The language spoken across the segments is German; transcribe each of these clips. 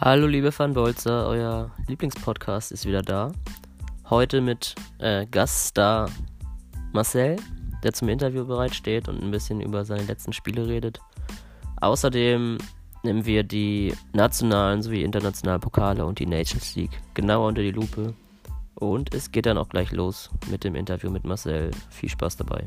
Hallo liebe Fanbolzer, euer Lieblingspodcast ist wieder da. Heute mit Gaststar Marcel, der zum Interview bereitsteht und ein bisschen über seine letzten Spiele redet. Außerdem nehmen wir die nationalen sowie internationalen Pokale und die Nations League genauer unter die Lupe. Und es geht dann auch gleich los mit dem Interview mit Marcel. Viel Spaß dabei.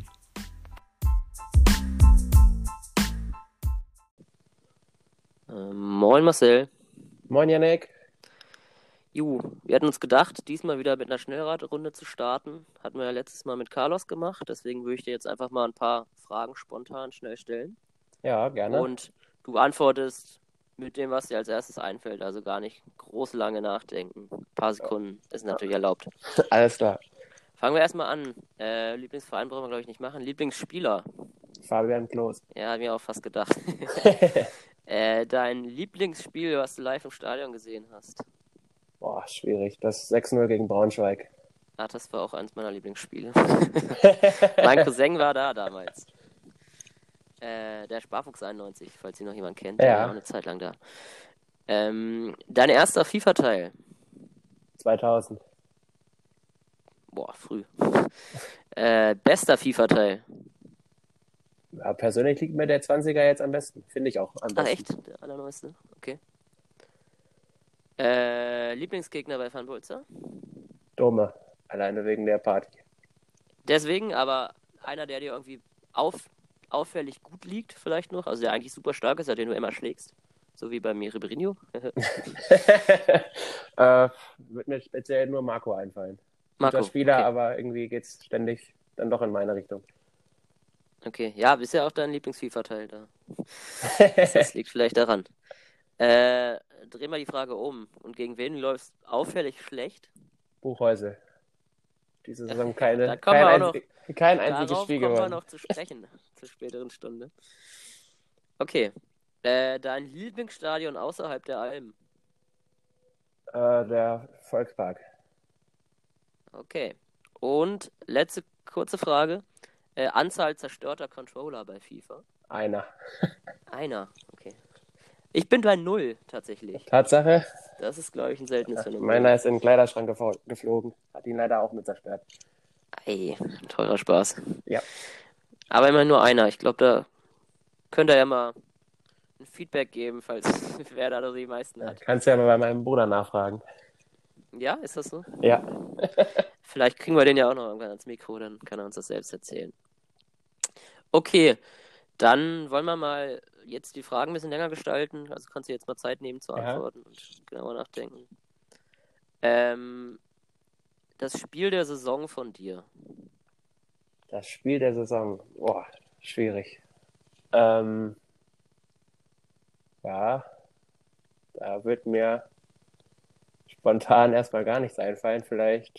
Moin Marcel. Moin Janek. Wir hatten uns gedacht, diesmal wieder mit einer Schnellraterunde zu starten. Hatten wir ja letztes Mal mit Carlos gemacht, deswegen würde ich dir jetzt einfach mal ein paar Fragen spontan schnell stellen. Ja, gerne. Und du antwortest mit dem, was dir als erstes einfällt, also gar nicht groß lange nachdenken. Ein paar Sekunden ist natürlich erlaubt. Alles klar. Fangen wir erstmal an. Lieblingsverein brauchen wir, glaube ich, nicht machen. Lieblingsspieler? Fabian Klos. Ja, hab mir auch fast gedacht. Dein Lieblingsspiel, was du live im Stadion gesehen hast? Boah, schwierig. Das 6-0 gegen Braunschweig. Ah, das war auch eins meiner Lieblingsspiele. Mein Cousin war da damals. Der Sparfuchs 91, falls ihn noch jemand kennt. Der war Ja. auch eine Zeit lang da. Dein erster FIFA-Teil? 2000. Boah, früh. Bester FIFA-Teil? Ja, persönlich liegt mir der 20er jetzt am besten. Finde ich auch am besten. Ach echt? Der allerneueste? Okay. Lieblingsgegner bei Van Bolzer? Dome. Alleine wegen der Party. Deswegen, aber einer, der dir irgendwie auffällig gut liegt, vielleicht noch. Also der eigentlich super stark ist, den du immer schlägst. So wie bei mir Ribeirinho. Wird mir speziell nur Marco einfallen. Marco, Guter Spieler, okay. aber irgendwie geht es ständig dann doch in meine Richtung. Okay, ja, ist ja auch dein Lieblings-FIFA-Teil da. Das liegt vielleicht daran. Dreh mal die Frage um. Und gegen wen läufst du auffällig schlecht? Buchhäusel. Diese Saison Da kommen wir auch noch. kein einziges Darauf Spiel kommen wir gewonnen. noch zu sprechen, zur späteren Stunde. Okay. Dein Lieblingsstadion außerhalb der Alpen? Der Volkspark. Okay. Und letzte kurze Frage. Anzahl zerstörter Controller bei FIFA? Einer. Einer, okay. Ich bin bei 0 tatsächlich. Tatsache. Das ist, glaube ich, ein seltenes Phänomen. Meiner ist in den Kleiderschrank geflogen. Hat ihn leider auch mit zerstört. Ey, ein teurer Spaß. Ja. Aber immerhin nur einer. Ich glaube, da könnt ihr ja mal ein Feedback geben, falls wer da die meisten hat. Kannst ja mal bei meinem Bruder nachfragen. Ja, ist das so? Ja. Vielleicht kriegen wir den ja auch noch irgendwann ans Mikro, dann kann er uns das selbst erzählen. Okay, dann wollen wir mal jetzt die Fragen ein bisschen länger gestalten. Also kannst du jetzt mal Zeit nehmen zu antworten und genauer nachdenken. Das Spiel der Saison von dir? Das Spiel der Saison. Boah, schwierig. Ja, da wird mir spontan erstmal gar nichts einfallen. Vielleicht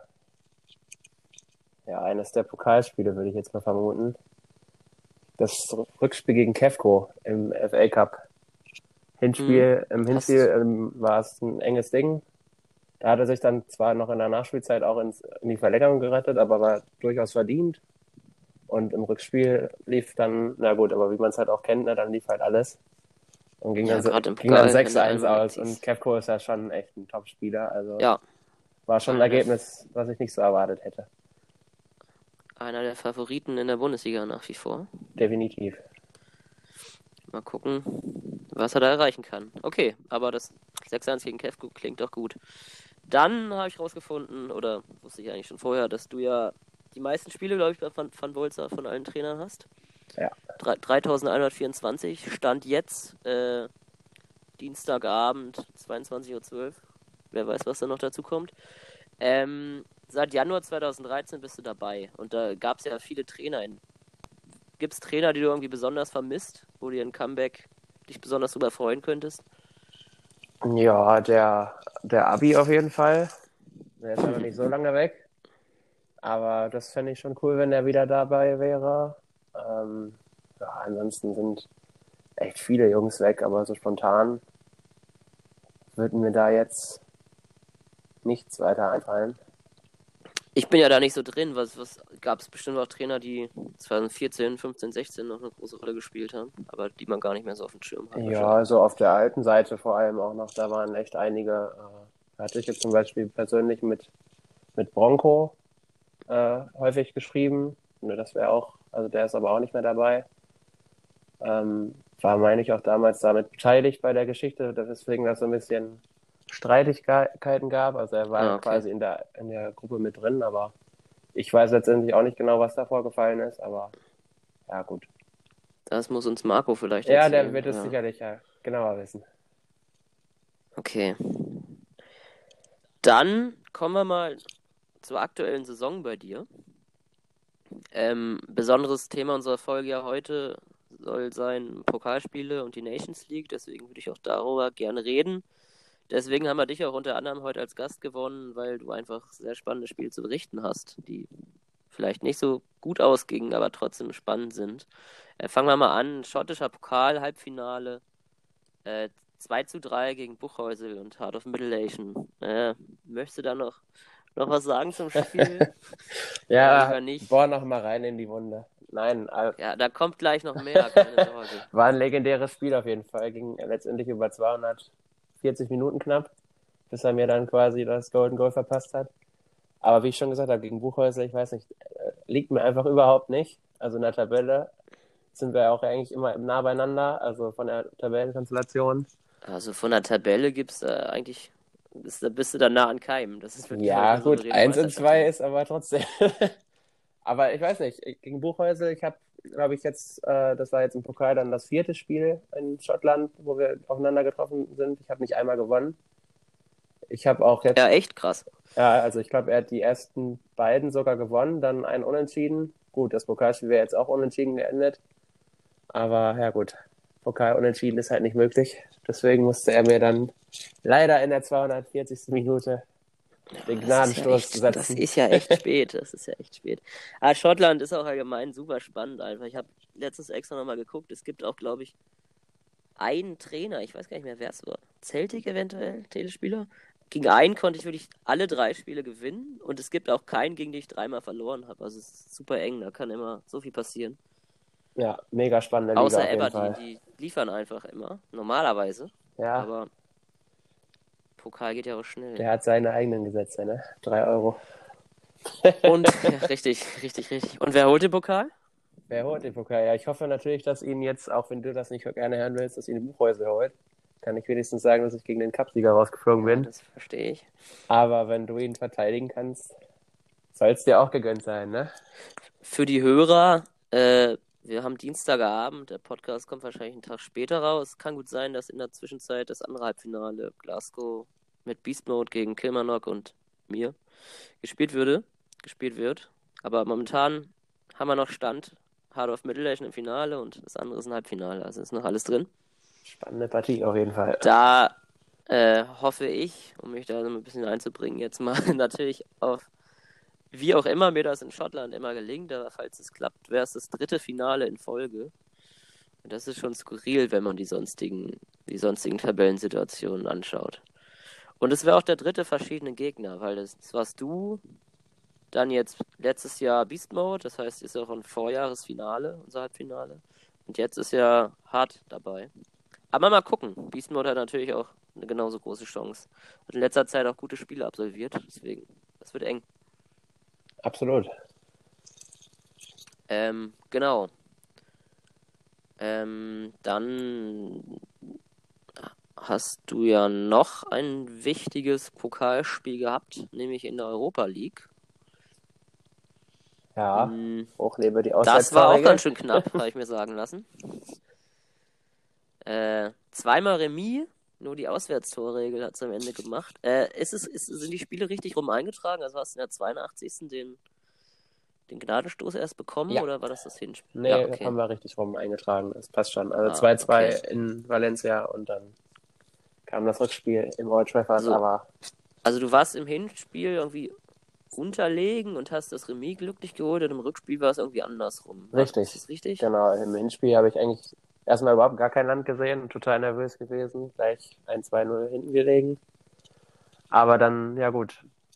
eines der Pokalspiele würde ich jetzt mal vermuten. Das Rückspiel gegen Kefko im FA Cup. Im Hinspiel war es ein enges Ding. Da hat er sich dann zwar noch in der Nachspielzeit auch in die Verlängerung gerettet, aber war durchaus verdient. Und im Rückspiel lief dann, na gut, aber wie man es halt auch kennt, dann lief halt alles. Und ging dann 6-1 aus. Und Kefko ist ja schon echt ein Top-Spieler. Also war schon ein Ergebnis, was ich nicht so erwartet hätte. Einer der Favoriten in der Bundesliga nach wie vor. Definitiv. Mal gucken, was er da erreichen kann. Okay, aber das 6-1 gegen Kefko klingt doch gut. Dann habe ich rausgefunden, oder wusste ich eigentlich schon vorher, dass du ja die meisten Spiele, glaube ich, bei Van Bolzer von allen Trainern hast. Ja. 3124, Stand jetzt, Dienstagabend, 22:12 Uhr. Wer weiß, was da noch dazu kommt. Seit Januar 2013 bist du dabei und da gab es ja viele Trainer. Gibt es Trainer, die du irgendwie besonders vermisst, wo dir ein Comeback dich besonders drüber freuen könntest? Ja, der Abi auf jeden Fall. Der ist ja noch nicht so lange weg. Aber das fände ich schon cool, wenn er wieder dabei wäre. Ansonsten sind echt viele Jungs weg, aber so spontan würden mir da jetzt nichts weiter einfallen. Ich bin ja da nicht so drin. Was gab es bestimmt auch Trainer, die 2014, 15, 16 noch eine große Rolle gespielt haben, aber die man gar nicht mehr so auf dem Schirm hat Ja, wahrscheinlich. also auf der alten Seite vor allem auch noch, da waren echt einige, hatte ich jetzt zum Beispiel persönlich mit Bronco häufig geschrieben. Ne, das wäre auch, also der ist aber auch nicht mehr dabei. War, meine ich, auch damals damit beteiligt bei der Geschichte, deswegen das so ein bisschen Streitigkeiten gab. Also er war Ah, okay. quasi in der Gruppe mit drin, aber ich weiß letztendlich auch nicht genau, was da vorgefallen ist, aber ja, gut. Das muss uns Marco vielleicht Ja, der erzählen. wird es Ja, sicherlich ja genauer wissen. okay. Dann kommen wir mal zur aktuellen Saison bei dir. Besonderes Thema unserer Folge ja heute soll sein Pokalspiele und die Nations League, deswegen würde ich auch darüber gerne reden. Deswegen haben wir dich auch unter anderem heute als Gast gewonnen, weil du einfach sehr spannende Spiele zu berichten hast, die vielleicht nicht so gut ausgingen, aber trotzdem spannend sind. Fangen wir mal an. Schottischer Pokal, Halbfinale. 2:3 gegen Buchhäusel und Heart of Middlation. Möchtest du da noch was sagen zum Spiel? Oder Ja, lieber nicht? bohr noch mal rein in die Wunde. Nein, Ja, da kommt gleich noch mehr, keine Sorge. war ein legendäres Spiel auf jeden Fall. Ging letztendlich über 240 Minuten knapp, bis er mir dann quasi das Golden Goal verpasst hat. Aber wie ich schon gesagt habe, gegen Buchhäuser, ich weiß nicht, liegt mir einfach überhaupt nicht. Also in der Tabelle sind wir auch eigentlich immer nah beieinander, also von der Tabellenkonstellation. Also von der Tabelle gibt's eigentlich, bist du da nah an keinem. Das ist wirklich heute Ja, eine gut, souveräne 1 und Meisterschaft 2 hier. ist aber trotzdem. Aber ich weiß nicht, gegen Buchhäusel, ich habe, glaube ich, jetzt, das war jetzt im Pokal dann das 4. Spiel in Schottland, wo wir aufeinander getroffen sind. Ich habe nicht einmal gewonnen. Ich habe auch Ja, jetzt, echt krass. ja, also ich glaube, er hat die ersten beiden sogar gewonnen, dann einen Unentschieden. Gut, das Pokalspiel wäre jetzt auch unentschieden geendet. Aber ja gut, Pokal unentschieden ist halt nicht möglich. Deswegen musste er mir dann leider in der 240. Minute den Gnadenstoß Das setzen. ist ja echt spät. Das ist ja echt spät. Aber Schottland ist auch allgemein super spannend einfach. Ich habe letztens extra nochmal geguckt. Es gibt auch, glaube ich, einen Trainer. Ich weiß gar nicht mehr, wer es war. Celtic eventuell, Telespieler. Gegen einen konnte ich wirklich alle 3 Spiele gewinnen. Und es gibt auch keinen, gegen den ich 3-mal verloren habe. Also es ist super eng. Da kann immer so viel passieren. Ja, mega spannende Liga Außer auf jeden Aberdeen, Fall. die liefern einfach immer. Normalerweise. Ja, Aber Pokal geht ja auch schnell. der hat seine eigenen Gesetze, ne? 3 Euro. Und, ja, richtig, richtig, richtig. Und wer holt den Pokal? Wer holt den Pokal? Ja, ich hoffe natürlich, dass ihn jetzt, auch wenn du das nicht gerne hören willst, dass ihn Buchhäusel holt. Kann ich wenigstens sagen, dass ich gegen den Cupsieger rausgeflogen Ja, bin. das verstehe ich. Aber wenn du ihn verteidigen kannst, soll es dir auch gegönnt sein, ne? Für die Hörer, wir haben Dienstagabend, der Podcast kommt wahrscheinlich einen Tag später raus. Kann gut sein, dass in der Zwischenzeit das andere Halbfinale Glasgow mit Beast Mode gegen Kilmarnock und mir gespielt wird. Aber momentan haben wir noch Stand Heart of Middlation im Finale und das andere ist ein Halbfinale. Also ist noch alles drin. Spannende Partie auf jeden Fall. Da hoffe ich, um mich da so ein bisschen einzubringen, jetzt mal natürlich auf, wie auch immer mir das in Schottland immer gelingt, aber falls es klappt, wäre es das 3. Finale in Folge. Und das ist schon skurril, wenn man die sonstigen Tabellensituationen anschaut. Und es wäre auch der 3. verschiedene Gegner, weil das warst du, dann jetzt letztes Jahr Beast Mode, das heißt, ist auch ein Vorjahresfinale, unser Halbfinale. Und jetzt ist ja Hart dabei. Aber mal gucken. Beast Mode hat natürlich auch eine genauso große Chance. Hat in letzter Zeit auch gute Spiele absolviert, deswegen, das wird eng. Absolut. Genau. Dann hast du ja noch ein wichtiges Pokalspiel gehabt, nämlich in der Europa League. Ja, hochlebe die Das war auch Auswärtstorregel. ganz schön knapp, habe ich mir sagen lassen. 2-mal Remis, nur die Auswärtstorregel hat es am Ende gemacht. Sind die Spiele richtig rum eingetragen? Also hast du in der 82. den Gnadenstoß erst bekommen Ja. oder war das Hinspiel? Nee, Ja, das okay. haben wir richtig rum eingetragen. Das passt schon. Also 2-2 okay. in Valencia und dann kam das Rückspiel im Old Trafford, aber Also du warst im Hinspiel irgendwie unterlegen und hast das Remis glücklich geholt und im Rückspiel war es irgendwie andersrum. richtig. Ist das richtig? Genau, im Hinspiel habe ich eigentlich erstmal überhaupt gar kein Land gesehen, total nervös gewesen, gleich 1-2-0 hinten gelegen. Aber dann, ja gut,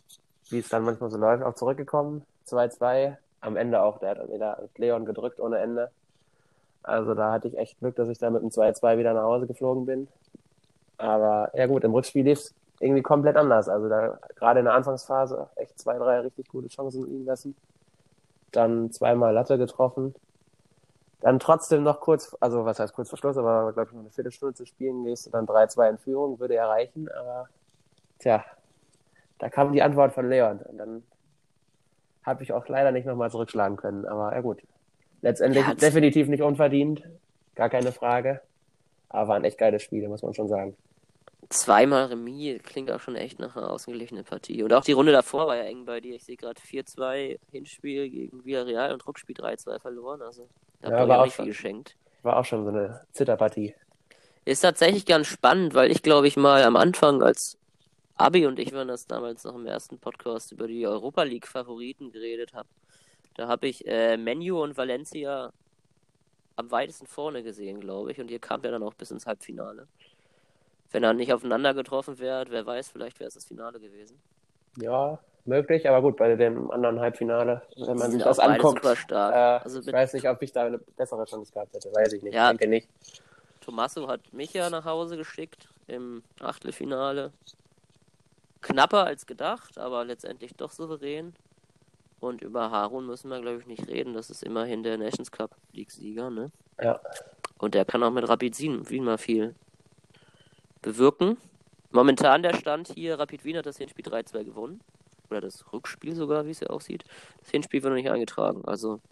wie es dann manchmal so läuft, auch zurückgekommen. 2-2. Am Ende auch, der hat dann wieder Leon gedrückt ohne Ende. Also da hatte ich echt Glück, dass ich da mit dem 2-2 wieder nach Hause geflogen bin. Aber ja gut, im Rückspiel lief es irgendwie komplett anders. Also da gerade in der Anfangsphase echt 2, 3 richtig gute Chancen liegen lassen. Dann zweimal Latte getroffen. Dann trotzdem noch kurz, also was heißt kurz vor Schluss, aber glaube ich noch eine Viertelstunde zu spielen, gehst du dann 3-2 in Führung, würde erreichen. Aber tja, da kam die Antwort von Leon. Und dann habe ich auch leider nicht nochmal zurückschlagen können. Aber ja gut, letztendlich Ja, definitiv nicht unverdient. Gar keine Frage. Aber waren echt geile Spiele, muss man schon sagen. zweimal Remis klingt auch schon echt nach einer ausgeglichenen Partie. Und auch die Runde davor war ja eng bei dir. Ich sehe gerade 4-2 Hinspiel gegen Villarreal und Rückspiel 3-2 verloren. Also da habt ihr Ja, euch auch nicht viel geschenkt. war auch schon so eine Zitterpartie. Ist tatsächlich ganz spannend, weil ich glaube ich mal am Anfang, als Abi und ich waren das damals noch im ersten Podcast über die Europa League Favoriten geredet habe, da habe ich Menu und Valencia am weitesten vorne gesehen, glaube ich. Und ihr kamt ja dann auch bis ins Halbfinale. Wenn er nicht aufeinander getroffen wäre, wer weiß, vielleicht wäre es das Finale gewesen. Ja, möglich, aber gut, bei dem anderen Halbfinale, wenn Die man sich sind das auch beide anguckt, super stark. Also ich mit weiß nicht, ob ich da eine bessere Chance gehabt hätte, weiß ich nicht, Ja, denke nicht. Tommaso hat mich ja nach Hause geschickt im Achtelfinale. Knapper als gedacht, aber letztendlich doch souverän. Und über Harun müssen wir, glaube ich, nicht reden. Das ist immerhin der Nations Cup League-Sieger, ne? Ja, Und der kann auch mit Rapid Wien mal viel bewirken. Momentan der Stand hier, Rapid Wien hat das Hinspiel 3-2 gewonnen. Oder das Rückspiel sogar, wie es ja aussieht. Das Hinspiel wird noch nicht eingetragen. Also,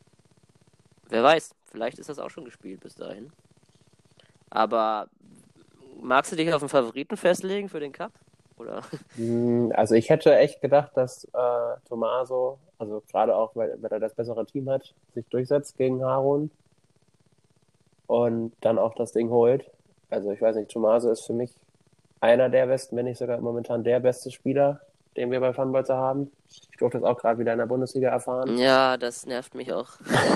wer weiß, vielleicht ist das auch schon gespielt bis dahin. Aber magst du dich auf einen Favoriten festlegen für den Cup? Oder? Also ich hätte echt gedacht, dass Tommaso, also gerade auch, weil er das bessere Team hat, sich durchsetzt gegen Harun und dann auch das Ding holt. Also ich weiß nicht, Tommaso ist für mich einer der besten, wenn nicht sogar momentan der beste Spieler, den wir bei Funbolzer haben. Ich durfte das auch gerade wieder in der Bundesliga erfahren. Ja, das nervt mich auch.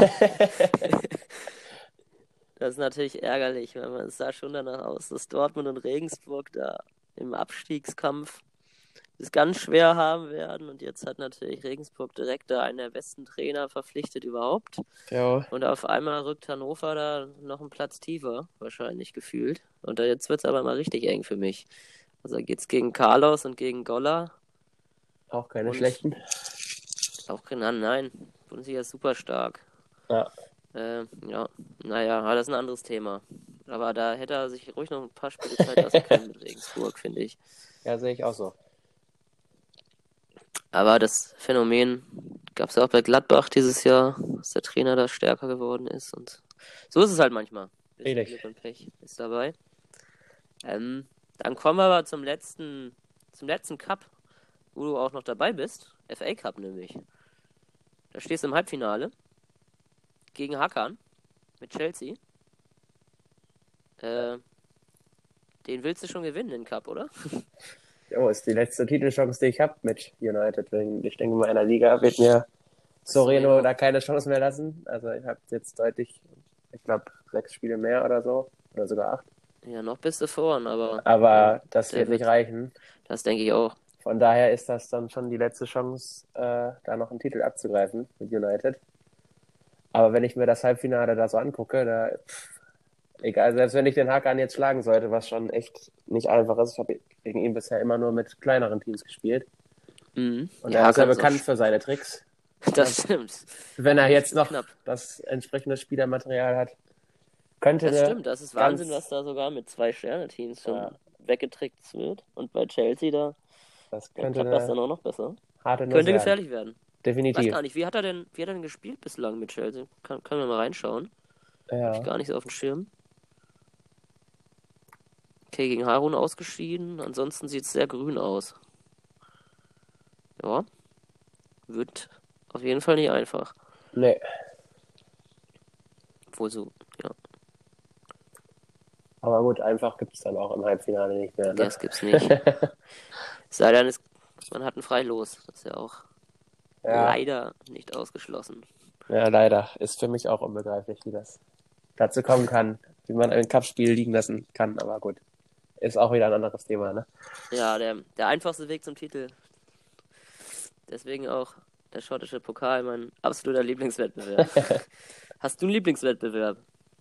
Das ist natürlich ärgerlich, weil man es sah schon danach aus, dass Dortmund und Regensburg da im Abstiegskampf es ganz schwer haben werden. Und jetzt hat natürlich Regensburg direkt da einen der besten Trainer verpflichtet überhaupt. Ja, Und auf einmal rückt Hannover da noch einen Platz tiefer, wahrscheinlich gefühlt. Und jetzt wird es aber mal richtig eng für mich. Also geht's gegen Carlos und gegen Golla. auch keine Und schlechten. auch genannt, nein. Bundesliga ist super stark. Ja. Ja, naja, aber das ist ein anderes Thema. Aber da hätte er sich ruhig noch ein paar Spiele Zeit lassen können mit Regensburg, finde ich. Ja, sehe ich auch so. Aber das Phänomen gab es ja auch bei Gladbach dieses Jahr, dass der Trainer da stärker geworden ist. Und so ist es halt manchmal. Bisschen Richtig. Glück und Pech ist dabei. Dann kommen wir aber zum letzten Cup, wo du auch noch dabei bist. FA Cup nämlich. Da stehst du im Halbfinale gegen Hakan mit Chelsea. Den willst du schon gewinnen, den Cup, oder? Jo, ist die letzte Titelchance, die ich habe mit United. Ich denke mal, in der Liga wird mir Soreno da keine Chance mehr lassen. Also ich habe jetzt deutlich, ich glaube, 6 Spiele mehr oder so. Oder sogar 8. Ja, noch bist du vorn, aber das wird nicht reichen. Das denke ich auch. Von daher ist das dann schon die letzte Chance, da noch einen Titel abzugreifen mit United. Aber wenn ich mir das Halbfinale da so angucke, egal, selbst wenn ich den Hakan jetzt schlagen sollte, was schon echt nicht einfach ist. Ich habe gegen ihn bisher immer nur mit kleineren Teams gespielt. Mhm. Und er ist ja bekannt für seine Tricks. Das stimmt. Wenn er jetzt noch das entsprechende Spielermaterial hat, könnte das stimmt, das ist Wahnsinn, was da sogar mit 2-Sterne-Teams schon weggetrickst wird. Und bei Chelsea da klappt das dann auch noch besser. Könnte gefährlich werden. Definitiv. Ich weiß gar nicht, wie hat er denn gespielt bislang mit Chelsea? Können wir mal reinschauen. Ja. Hab ich gar nicht so auf dem Schirm. Okay, gegen Harun ausgeschieden. Ansonsten sieht es sehr grün aus. Ja. Wird auf jeden Fall nicht einfach. Nee. Obwohl so, ja. Aber gut, einfach gibt es dann auch im Halbfinale nicht mehr. Ne? Das gibt's nicht. Es sei denn, man hat ein Freilos. Das ist ja auch leider nicht ausgeschlossen. Ja, leider. Ist für mich auch unbegreiflich, wie das dazu kommen kann. Wie man ein Cup-Spiel liegen lassen kann. Aber gut. Ist auch wieder ein anderes Thema, ne? Ja, der einfachste Weg zum Titel. Deswegen auch der schottische Pokal mein absoluter Lieblingswettbewerb. Hast du einen Lieblingswettbewerb?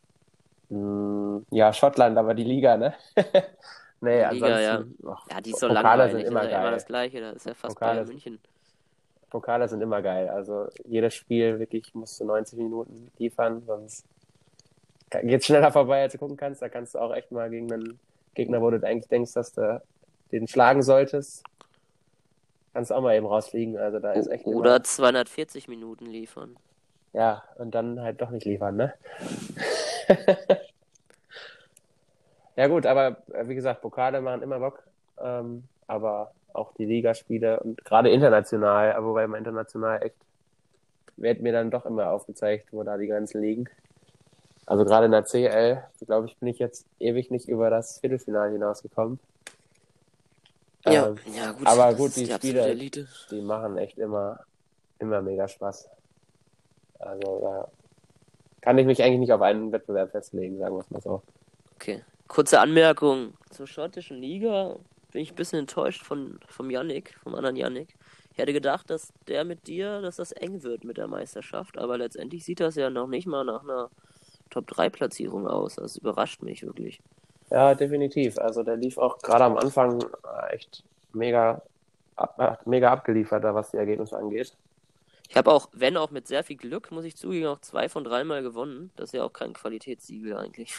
Ja, Schottland, aber die Liga, ne? Nee, Die Liga, ja. ansonsten, Ja, die ist so Pokale sind langweilig. Das ist immer ja immer das geil. Gleiche. Das ist ja fast Bayern Pokale, München. Pokale sind immer geil. Also jedes Spiel wirklich musst du 90 Minuten liefern, sonst geht's schneller vorbei, als du gucken kannst. Da kannst du auch echt mal gegen einen Gegner, wo du eigentlich denkst, dass du den schlagen solltest, kannst du auch mal eben rausfliegen. Also da ist echt Oder immer, 240 Minuten liefern. ja, und dann halt doch nicht liefern, ne? Ja gut, aber wie gesagt, Pokale machen immer Bock. Aber auch die Ligaspiele und gerade international, wobei man international echt, wird mir dann doch immer aufgezeigt, wo da die Grenzen liegen. Also gerade in der CL, glaube ich, bin ich jetzt ewig nicht über das Viertelfinale hinausgekommen. Ja, Ähm, ja gut, aber das gut, ist die die absolute Spiele, Elite. die machen echt immer mega Spaß. Also da kann ich mich eigentlich nicht auf einen Wettbewerb festlegen, sagen wir es mal so. Okay. Kurze Anmerkung zur schottischen Liga. Bin ich ein bisschen enttäuscht vom Yannick, vom anderen Yannick. Ich hätte gedacht, dass dass das eng wird mit der Meisterschaft, aber letztendlich sieht das ja noch nicht mal nach einer Top-3-Platzierung aus. Das überrascht mich wirklich. Ja, definitiv. Also der lief auch gerade am Anfang echt hat mega abgeliefert, da was die Ergebnisse angeht. Ich habe auch, wenn auch mit sehr viel Glück, muss ich zugeben, auch 2 von 3 Mal gewonnen. Das ist ja auch kein Qualitätssiegel eigentlich.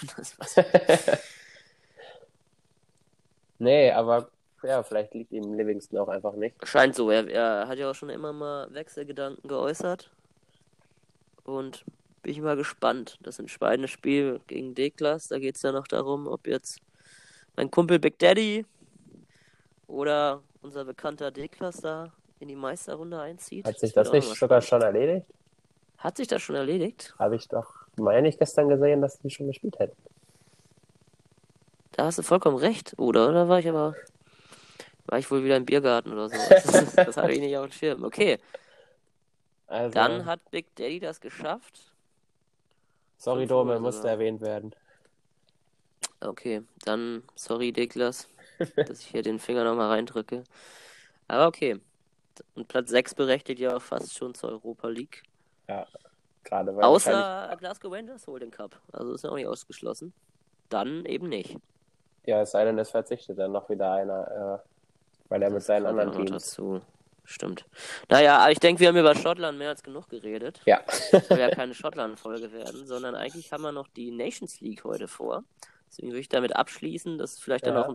Nee, aber ja, vielleicht liegt ihm Livingston auch einfach nicht. Scheint so. Er hat ja auch schon immer mal Wechselgedanken geäußert. Und bin ich mal gespannt. Das entscheidende Spiel gegen Deklas, da geht es ja noch darum, ob jetzt mein Kumpel Big Daddy oder unser bekannter Deklas da in die Meisterrunde einzieht. Hat sich Das wird das auch nochmal nicht sogar spannend. schon erledigt? Hat sich das schon erledigt? Habe ich doch, meine ich, gestern gesehen, dass die schon gespielt hätten. Da hast du vollkommen recht, oder? Oder war ich wohl wieder im Biergarten oder so? Das hatte ich nicht auf dem Schirm. Okay, dann Also, hat Big Daddy das geschafft. sorry, 5 Uhr Dome, musste sogar. erwähnt werden. Okay, dann sorry, Deklas, dass ich hier den Finger nochmal reindrücke. Aber okay. Und Platz 6 berechtigt ja auch fast schon zur Europa League. Ja, gerade weil wahrscheinlich, Außer Glasgow Rangers holt den Cup. Also ist ja auch nicht ausgeschlossen. Dann eben nicht. ja, es sei denn, es verzichtet dann noch wieder einer, weil er mit Das seinen kommt ja anderen auch noch Teams. dazu. Stimmt. Naja, aber ich denke, wir haben über Schottland mehr als genug geredet. Ja. Soll ja keine Schottland-Folge werden, sondern eigentlich haben wir noch die Nations League heute vor. Deswegen würde ich damit abschließen. Das ist vielleicht dann Ja. auch ein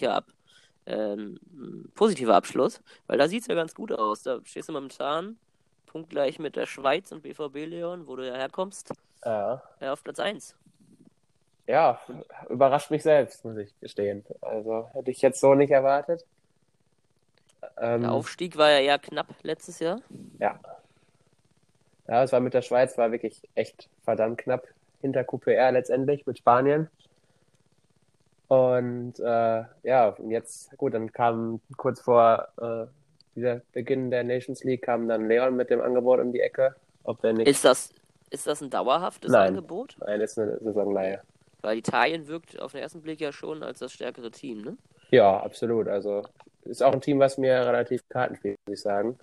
positiver Abschluss, weil da sieht es ja ganz gut aus. Da stehst du momentan punktgleich mit der Schweiz und BVB Leon, wo du ja herkommst, auf Platz 1. Ja, überrascht mich selbst, muss ich gestehen. Also hätte ich jetzt so nicht erwartet. Der Aufstieg war ja eher knapp letztes Jahr. Ja. Ja, es war mit der Schweiz, war wirklich echt verdammt knapp hinter QPR letztendlich mit Spanien. Und ja, und jetzt, gut, dann kam kurz vor dieser Beginn der Nations League, kam dann Leon mit dem Angebot um die Ecke. Ob er nicht. Ist das ein dauerhaftes Nein. Angebot? Nein, das ist eine Saisonleihe. Weil Italien wirkt auf den ersten Blick ja schon als das stärkere Team, ne? Ja, absolut. Also ist auch ein Team, was mir relativ Karten spielt, muss ich sagen.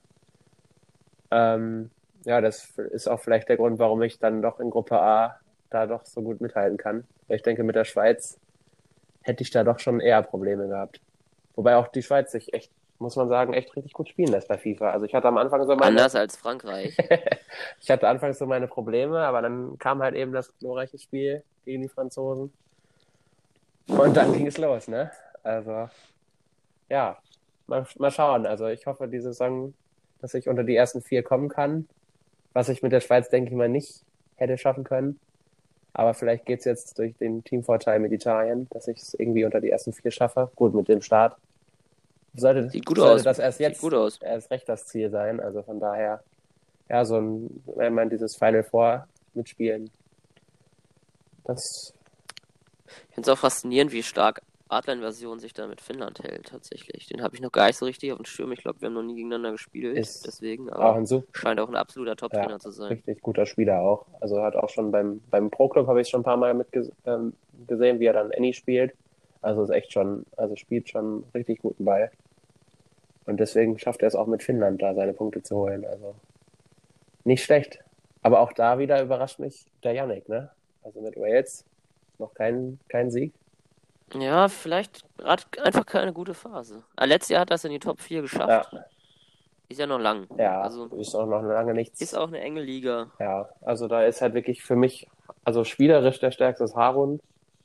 Ja, das ist auch vielleicht der Grund, warum ich dann doch in Gruppe A da doch so gut mithalten kann. Weil ich denke, mit der Schweiz hätte ich da doch schon eher Probleme gehabt. Wobei auch die Schweiz sich echt, muss man sagen, echt richtig gut spielen lässt bei FIFA. Also ich hatte am Anfang so Anders als Frankreich. ich hatte anfangs so meine Probleme, aber dann kam halt eben das glorreiche Spiel gegen die Franzosen. Und dann ging es los, ne? Also, ja, mal schauen. Also ich hoffe, die Saison, dass ich unter die ersten 4 kommen kann. Was ich mit der Schweiz, denke ich mal, nicht hätte schaffen können. Aber vielleicht geht es jetzt durch den Teamvorteil mit Italien, dass ich es irgendwie unter die ersten 4 schaffe. Gut, mit dem Start. Sieht gut aus. Das erst jetzt Sieht gut aus. erst recht das Ziel sein. Also von daher, ja, wenn man dieses Final Four mitspielen, das. Ich finde es auch faszinierend, wie stark Adler-Invasion sich da mit Finnland hält, tatsächlich. Den habe ich noch gar nicht so richtig auf dem Schirm. Ich glaube, wir haben noch nie gegeneinander gespielt. Ist deswegen, auch aber scheint auch ein absoluter Top-Trainer zu sein. Richtig guter Spieler auch. Also hat auch schon beim Pro-Club habe ich schon ein paar Mal gesehen, wie er dann Annie spielt. Also ist echt schon, also spielt schon richtig guten Ball. Und deswegen schafft er es auch mit Finnland da seine Punkte zu holen. Also nicht schlecht. Aber auch da wieder überrascht mich der Yannick, ne? Also mit Wales noch kein Sieg. Ja, vielleicht gerade einfach keine gute Phase. Letztes Jahr hat das in die Top 4 geschafft. Ja, Ist ja noch lang. ja, Also ist auch noch lange nichts. ist auch eine enge Liga. Ja, also da ist halt wirklich für mich, also spielerisch der stärkste ist Harun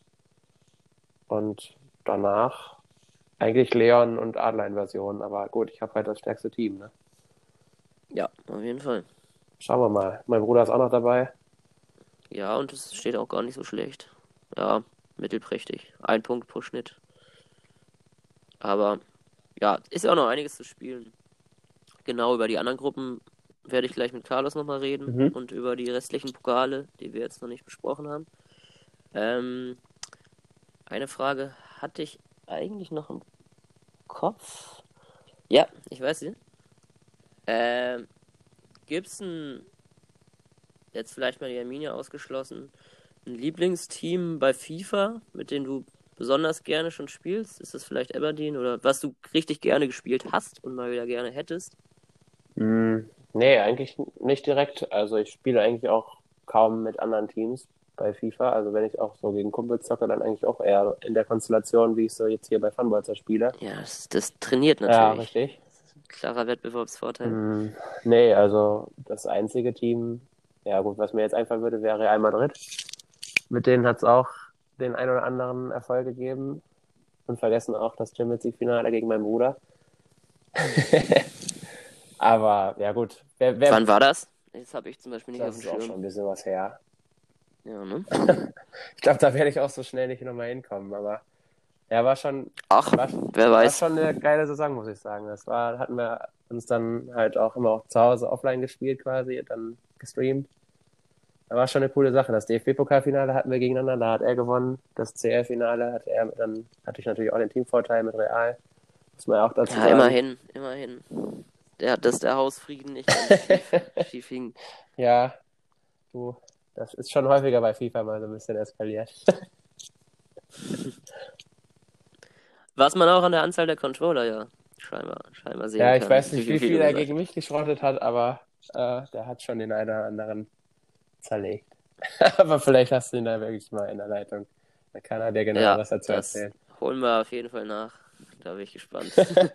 und danach eigentlich Leon und Adler-Invasion. Aber gut, ich habe halt das stärkste Team, ne? Ja, auf jeden Fall. Schauen wir mal. Mein Bruder ist auch noch dabei. Ja, und es steht auch gar nicht so schlecht. Ja, mittelprächtig. 1 Punkt pro Schnitt. Aber ja, ist ja auch noch einiges zu spielen. Genau, über die anderen Gruppen werde ich gleich mit Carlos nochmal reden Mhm. und über die restlichen Pokale, die wir jetzt noch nicht besprochen haben. Eine Frage hatte ich eigentlich noch im Kopf. Ja, ich weiß sie. Gibt's jetzt vielleicht mal die Arminia ausgeschlossen, ein Lieblingsteam bei FIFA, mit dem du besonders gerne schon spielst? Ist das vielleicht Aberdeen oder was du richtig gerne gespielt hast und mal wieder gerne hättest? Nee, eigentlich nicht direkt. Also ich spiele eigentlich auch kaum mit anderen Teams bei FIFA. Also wenn ich auch so gegen Kumpels zocke, dann eigentlich auch eher in der Konstellation, wie ich so jetzt hier bei Funbolzer spiele. Ja, das trainiert Ja, natürlich. richtig. Das ist ein klarer Wettbewerbsvorteil. Nee, also das einzige Team, ja gut, was mir jetzt einfallen würde, wäre Real Madrid. Mit denen hat es auch den ein oder anderen Erfolg gegeben. Und vergessen auch das Champions League-Finale gegen meinen Bruder. Aber ja gut, Wann war das? Das habe ich zum Beispiel nicht auf das dem ist auch schon Schirm. ein bisschen was her. Ja, ne? Ich glaube, da werde ich auch so schnell nicht nochmal hinkommen. Aber ja, Ach, wer war weiß. schon eine geile Saison, muss ich sagen. Hatten wir uns dann halt auch immer auch zu Hause offline gespielt quasi, dann gestreamt. Da war schon eine coole Sache. Das DFB-Pokalfinale hatten wir gegeneinander, da hat er gewonnen. Das CL-Finale hatte ich natürlich auch den Teamvorteil mit Real. Muss man ja auch dazu Ja, sagen. immerhin. Dass der Hausfrieden nicht ganz schief hing. Ja, du, das ist schon häufiger bei FIFA mal so ein bisschen eskaliert. Was man auch an der Anzahl der Controller ja scheinbar sehen Ja, ich kann. weiß nicht, wie Wie viel du er gesagt gegen hast. mich geschrottet hat, aber der hat schon den einen oder anderen zerlegt. Aber vielleicht hast du ihn da wirklich mal in der Leitung. Da kann er dir genau Ja, was dazu das erzählen. holen wir auf jeden Fall nach. Da bin ich gespannt.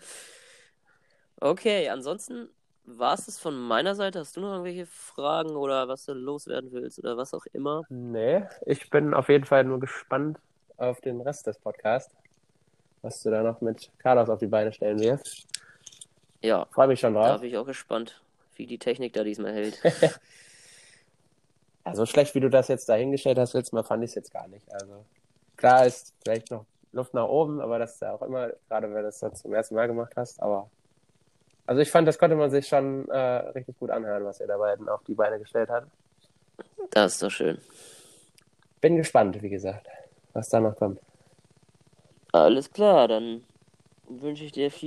Okay, ansonsten war es von meiner Seite. Hast du noch irgendwelche Fragen oder was du loswerden willst oder was auch immer? Nee, ich bin auf jeden Fall nur gespannt auf den Rest des Podcasts, was du da noch mit Carlos auf die Beine stellen wirst. Ja, Freue mich schon da drauf. bin ich auch gespannt, wie die Technik da diesmal hält. Ja, so schlecht, wie du das jetzt dahingestellt hast, letztes Mal fand ich es jetzt gar nicht. Also klar ist vielleicht noch Luft nach oben, aber das ist ja auch immer, gerade wenn du das dann zum ersten Mal gemacht hast, aber also ich fand, das konnte man sich schon richtig gut anhören, was ihr da beiden auf die Beine gestellt hat. Das ist doch schön. Bin gespannt, wie gesagt, was da noch kommt. Alles klar, dann wünsche ich dir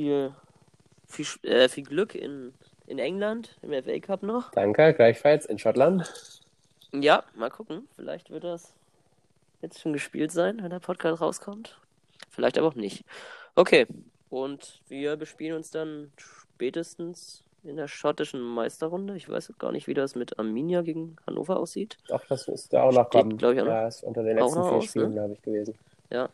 viel Glück in England, im FA Cup noch. Danke, gleichfalls in Schottland. Ja, mal gucken. Vielleicht wird das jetzt schon gespielt sein, wenn der Podcast rauskommt. Vielleicht aber auch nicht. Okay, und wir bespielen uns dann spätestens in der schottischen Meisterrunde. Ich weiß gar nicht, wie das mit Arminia gegen Hannover aussieht. Doch, das müsste auch noch Steht, kommen. glaube ich, auch noch, Ja, ist unter den auch letzten noch 4 aus, Spielen, ne? glaube ich, gewesen. Ja.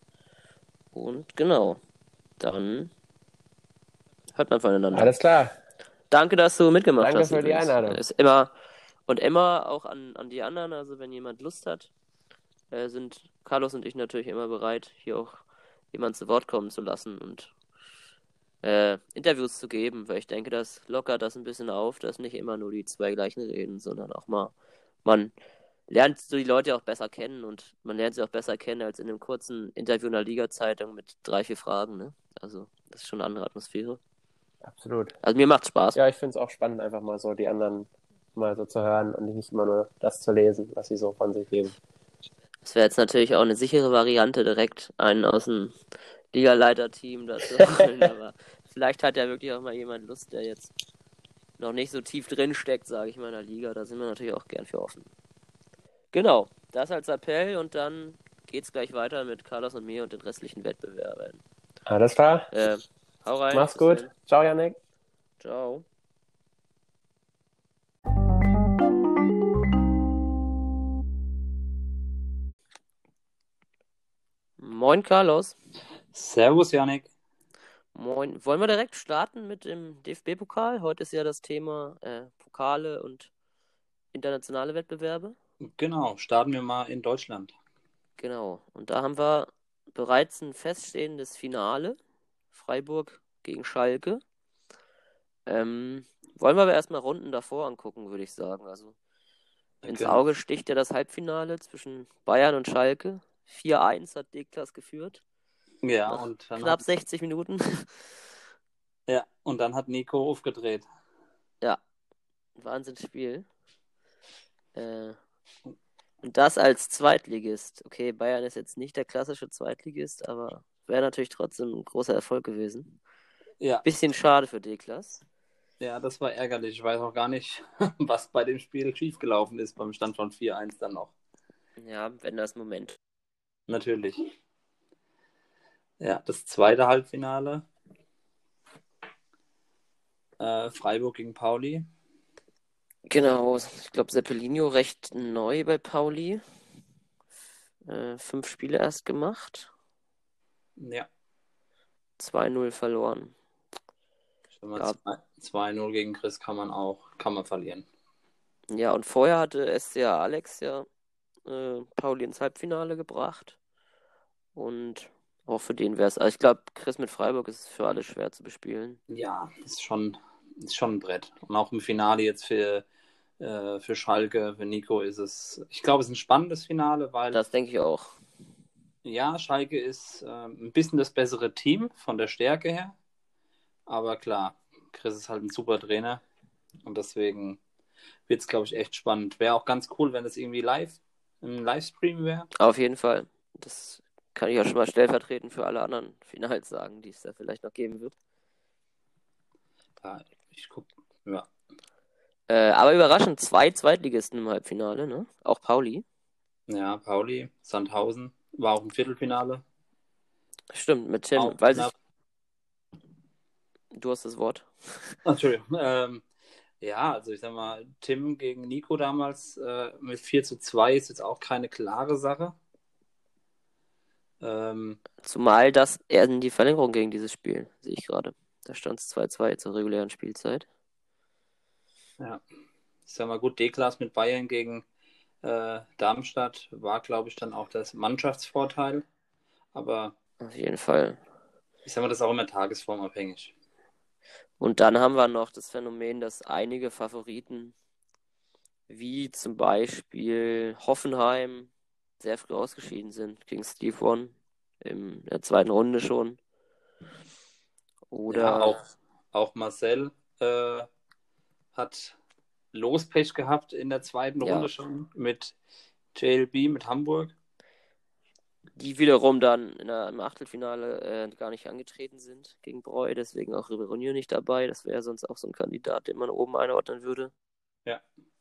Und genau, dann hört man voneinander. Alles klar. Danke, dass du mitgemacht Danke hast. für die Übrigens. Einladung. Ist immer auch an die anderen. Also wenn jemand Lust hat, sind Carlos und ich natürlich immer bereit, hier auch jemand zu Wort kommen zu lassen und Interviews zu geben, weil ich denke, das lockert das ein bisschen auf, dass nicht immer nur die zwei gleichen reden, sondern auch mal, man lernt so die Leute auch besser kennen und man lernt sie auch besser kennen als in einem kurzen Interview in der Liga-Zeitung mit 3, 4 Fragen, ne? Also, das ist schon eine andere Atmosphäre. Absolut. Also, mir macht's Spaß. Ja, ich finde es auch spannend, einfach mal so die anderen mal so zu hören und nicht immer nur das zu lesen, was sie so von sich geben. Das wäre jetzt natürlich auch eine sichere Variante, direkt einen aus dem Liga-Leiter-Team dazu holen, aber vielleicht hat ja wirklich auch mal jemand Lust, der jetzt noch nicht so tief drin steckt, sage ich mal, in der Liga. Da sind wir natürlich auch gern für offen. Genau, das als Appell und dann geht's gleich weiter mit Carlos und mir und den restlichen Wettbewerben. Alles klar. Hau rein. Mach's Bis gut. dann. Ciao, Yannick. Ciao. Moin, Carlos. Servus, Janik. Moin. Wollen wir direkt starten mit dem DFB-Pokal? Heute ist ja das Thema Pokale und internationale Wettbewerbe. Genau, starten wir mal in Deutschland. Genau. Und da haben wir bereits ein feststehendes Finale. Freiburg gegen Schalke. Wollen wir aber erstmal Runden davor angucken, würde ich sagen. Also ins Genau. Auge sticht ja das Halbfinale zwischen Bayern und Schalke. 4-1 hat Deklas geführt. Ja, Nach und dann knapp 60 Minuten. und dann hat Nico aufgedreht. Ja, Wahnsinnsspiel. Und das als Zweitligist. Okay, Bayern ist jetzt nicht der klassische Zweitligist, aber wäre natürlich trotzdem ein großer Erfolg gewesen. Ja, Bisschen schade für Deklas. ja, das war ärgerlich. Ich weiß auch gar nicht, was bei dem Spiel schiefgelaufen ist, beim Stand von 4-1 dann noch. Ja, wenn das Moment. Natürlich. Ja, das zweite Halbfinale. Freiburg gegen Pauli. Genau, ich glaube Seppelinho recht neu bei Pauli. 5 Spiele erst gemacht. Ja, 2-0 verloren. ich sag mal, Ja. 2-0 gegen Chris kann man verlieren. Ja, und vorher hatte SCA Alex ja Pauli ins Halbfinale gebracht. Und auch für den wäre es. Also ich glaube, Chris mit Freiburg ist für alle schwer zu bespielen. Ja, ist schon ein Brett. Und auch im Finale jetzt für Schalke, für Nico ist es, ich glaube, es ist ein spannendes Finale, weil Das denke ich auch. ja, Schalke ist ein bisschen das bessere Team von der Stärke her. Aber klar, Chris ist halt ein super Trainer und deswegen wird es, glaube ich, echt spannend. Wäre auch ganz cool, wenn es irgendwie im Livestream wäre. Auf jeden Fall. Das kann ich auch schon mal stellvertretend für alle anderen Finals sagen, die es da vielleicht noch geben wird. Ja, ich gucke, ja. Aber überraschend 2 Zweitligisten im Halbfinale, ne? Auch Pauli. Ja, Pauli, Sandhausen war auch im Viertelfinale. Stimmt, mit Tim. Auch, Du hast das Wort. Entschuldigung. Ja, also ich sag mal, Tim gegen Nico damals mit 4-2 ist jetzt auch keine klare Sache. Zumal das eher in die Verlängerung gegen dieses Spiel, sehe ich gerade. Da stand es 2-2 zur regulären Spielzeit. Ja, ich sag mal gut, D-Class mit Bayern gegen Darmstadt war, glaube ich, dann auch das Mannschaftsvorteil. Aber Auf jeden Fall. ich sag mal, das ist auch immer tagesformabhängig. Und dann haben wir noch das Phänomen, dass einige Favoriten, wie zum Beispiel Hoffenheim, sehr früh ausgeschieden sind gegen Steve One in der zweiten Runde schon. Oder Ja, auch Marcel hat Lospech gehabt in der zweiten Runde schon mit JLB, mit Hamburg. die wiederum dann im Achtelfinale gar nicht angetreten sind gegen Breu, deswegen auch Ribéry nicht dabei. Das wäre sonst auch so ein Kandidat, den man oben einordnen würde. Ja.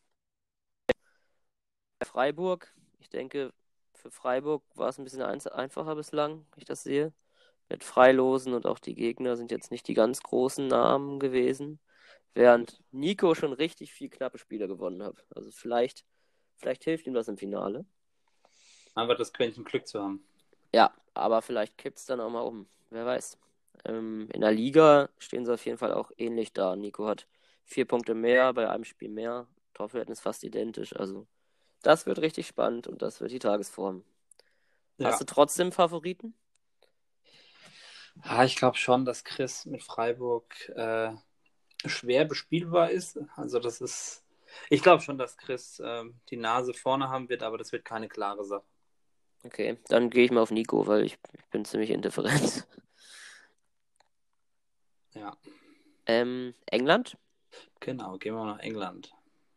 Freiburg, ich denke, für Freiburg war es ein bisschen einfacher bislang, wenn ich das sehe. Mit Freilosen und auch die Gegner sind jetzt nicht die ganz großen Namen gewesen. Während Nico schon richtig viel knappe Spiele gewonnen hat. Also vielleicht hilft ihm das im Finale. Einfach das Quäntchen Glück zu haben. Ja, aber vielleicht kippt es dann auch mal um. Wer weiß. In der Liga stehen sie auf jeden Fall auch ähnlich da. Nico hat 4 Punkte mehr, bei einem Spiel mehr. Torverhältnis fast identisch. Also das wird richtig spannend und das wird die Tagesform. Ja. Hast du trotzdem Favoriten? Ja, ich glaube schon, dass Chris mit Freiburg schwer bespielbar ist. Also das ist, ich glaube schon, dass Chris die Nase vorne haben wird, aber das wird keine klare Sache. Okay, dann gehe ich mal auf Nico, weil ich bin ziemlich indifferent. Ja. England? Genau, gehen wir nach England.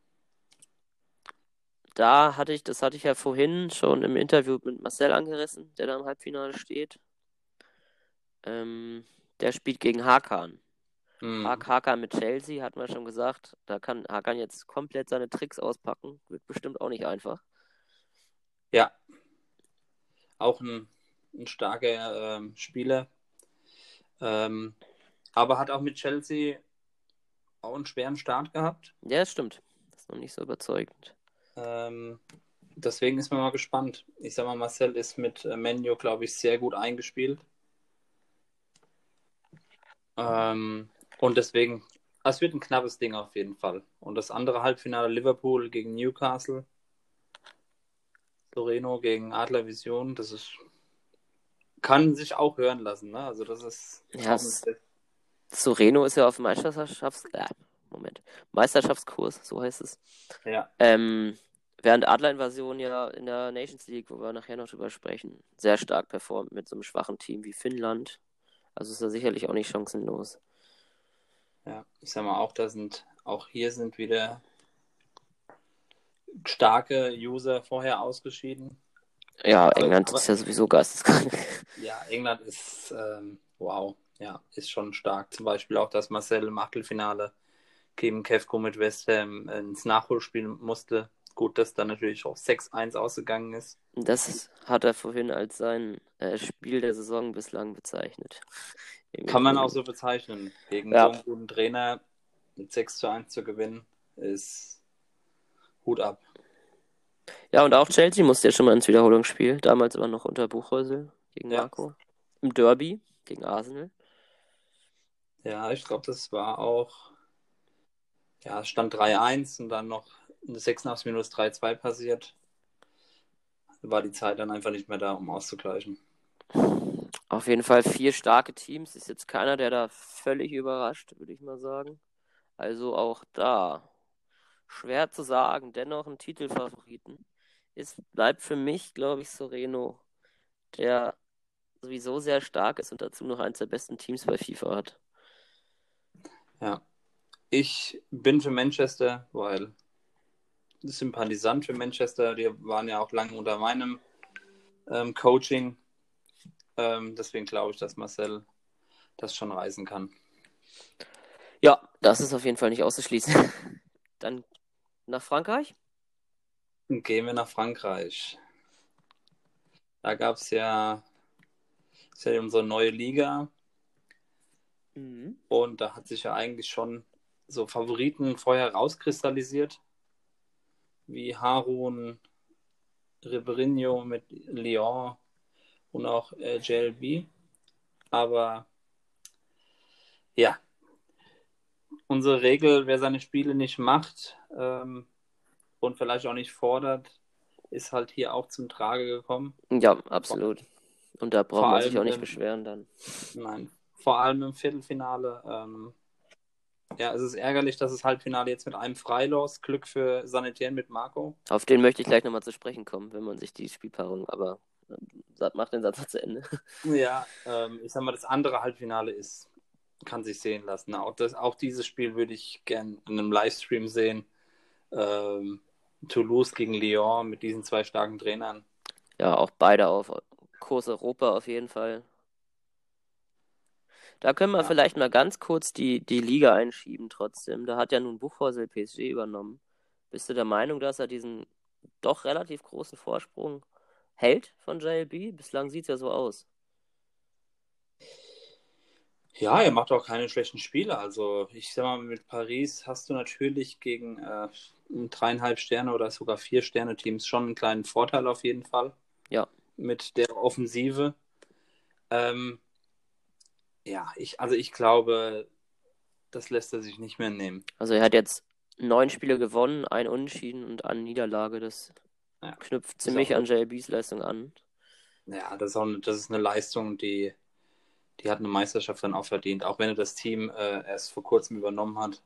Das hatte ich ja vorhin schon im Interview mit Marcel angerissen, der da im Halbfinale steht. Der spielt gegen Hakan. Hakan mit Chelsea, hatten wir schon gesagt. Da kann Hakan jetzt komplett seine Tricks auspacken. Wird bestimmt auch nicht einfach. Ja. Auch ein starker Spieler. Aber hat auch mit Chelsea auch einen schweren Start gehabt. Ja, das stimmt. Das ist noch nicht so überzeugend. Deswegen ist man mal gespannt. Ich sag mal, Marcel ist mit Menu, glaube ich, sehr gut eingespielt. Und deswegen, es wird ein knappes Ding auf jeden Fall. Und das andere Halbfinale Liverpool gegen Newcastle, Torino gegen Adler Vision, kann sich auch hören lassen. Ne? Also das ist Ja, Soreno ist ja auf Meisterschaftskurs, so heißt es. Ja. Während Adler-Invasion ja in der Nations League, wo wir nachher noch drüber sprechen, sehr stark performt mit so einem schwachen Team wie Finnland. Also ist er sicherlich auch nicht chancenlos. Ja, ich sag mal auch hier sind wieder starke User vorher ausgeschieden. Ja, England ist ja sowieso geisteskrank. Ja, England ist, wow, ja, ist schon stark. Zum Beispiel auch, dass Marcel im Achtelfinale gegen Kefko mit West Ham ins Nachholspiel musste. Gut, dass dann natürlich auch 6-1 ausgegangen ist. Das hat er vorhin als sein Spiel der Saison bislang bezeichnet. Kann man auch so bezeichnen. Gegen so einen guten Trainer mit 6-1 zu gewinnen, ist Hut ab. Ja, und auch Chelsea musste ja schon mal ins Wiederholungsspiel. Damals aber noch unter Buchhäusel gegen Marco. Im Derby gegen Arsenal. Ja, ich glaube, das war auch, ja, es stand 3-1 und dann noch in der 86 Minuten 3-2 passiert. War die Zeit dann einfach nicht mehr da, um auszugleichen. Auf jeden Fall 4 starke Teams. Ist jetzt keiner, der da völlig überrascht, würde ich mal sagen. Also auch da schwer zu sagen, dennoch ein Titelfavoriten. Es bleibt für mich, glaube ich, Soreno, der sowieso sehr stark ist und dazu noch eins der besten Teams bei FIFA hat. Ja, ich bin für Manchester, weil Sympathisant für Manchester, die waren ja auch lange unter meinem Coaching. Deswegen glaube ich, dass Marcel das schon reißen kann. Ja, das ist auf jeden Fall nicht auszuschließen. Dann nach Frankreich? Gehen wir nach Frankreich. Da gab es ja unsere neue Liga. Und da hat sich ja eigentlich schon so Favoriten vorher rauskristallisiert. Wie Harun, Ribeirinho mit Lyon und auch JLB. Aber ja, unsere Regel, wer seine Spiele nicht macht und vielleicht auch nicht fordert, ist halt hier auch zum Trage gekommen. Ja, absolut. Und da braucht man sich auch nicht beschweren dann. Nein, vor allem im Viertelfinale. Ja, es ist ärgerlich, dass das Halbfinale jetzt mit einem Freilos, Glück für Sanitär mit Marco. Auf den möchte ich gleich nochmal zu sprechen kommen, wenn man sich die Spielpaarung, aber macht den Satz zu Ende. Ja, ich sag mal, das andere Halbfinale kann sich sehen lassen. Auch dieses Spiel würde ich gern in einem Livestream sehen. Toulouse gegen Lyon mit diesen 2 starken Trainern. Ja, auch beide auf Kurs Europa auf jeden Fall. Da können wir vielleicht mal ganz kurz die Liga einschieben trotzdem. Da hat ja nun Buchhäusel PSG übernommen. Bist du der Meinung, dass er diesen doch relativ großen Vorsprung hält von JLB? Bislang sieht es ja so aus. Ja, er macht auch keine schlechten Spiele. Also ich sag mal, mit Paris hast du natürlich gegen 3,5 Sterne oder sogar 4 Sterne Teams schon einen kleinen Vorteil auf jeden Fall. Ja. Mit der Offensive. Ja, ich glaube, das lässt er sich nicht mehr nehmen. Also er hat jetzt 9 Spiele gewonnen, 1 Unentschieden und eine Niederlage. Das knüpft ziemlich an JLBs Leistung an. Ja, das ist eine Leistung, die hat eine Meisterschaft dann auch verdient, auch wenn er das Team erst vor kurzem übernommen hat.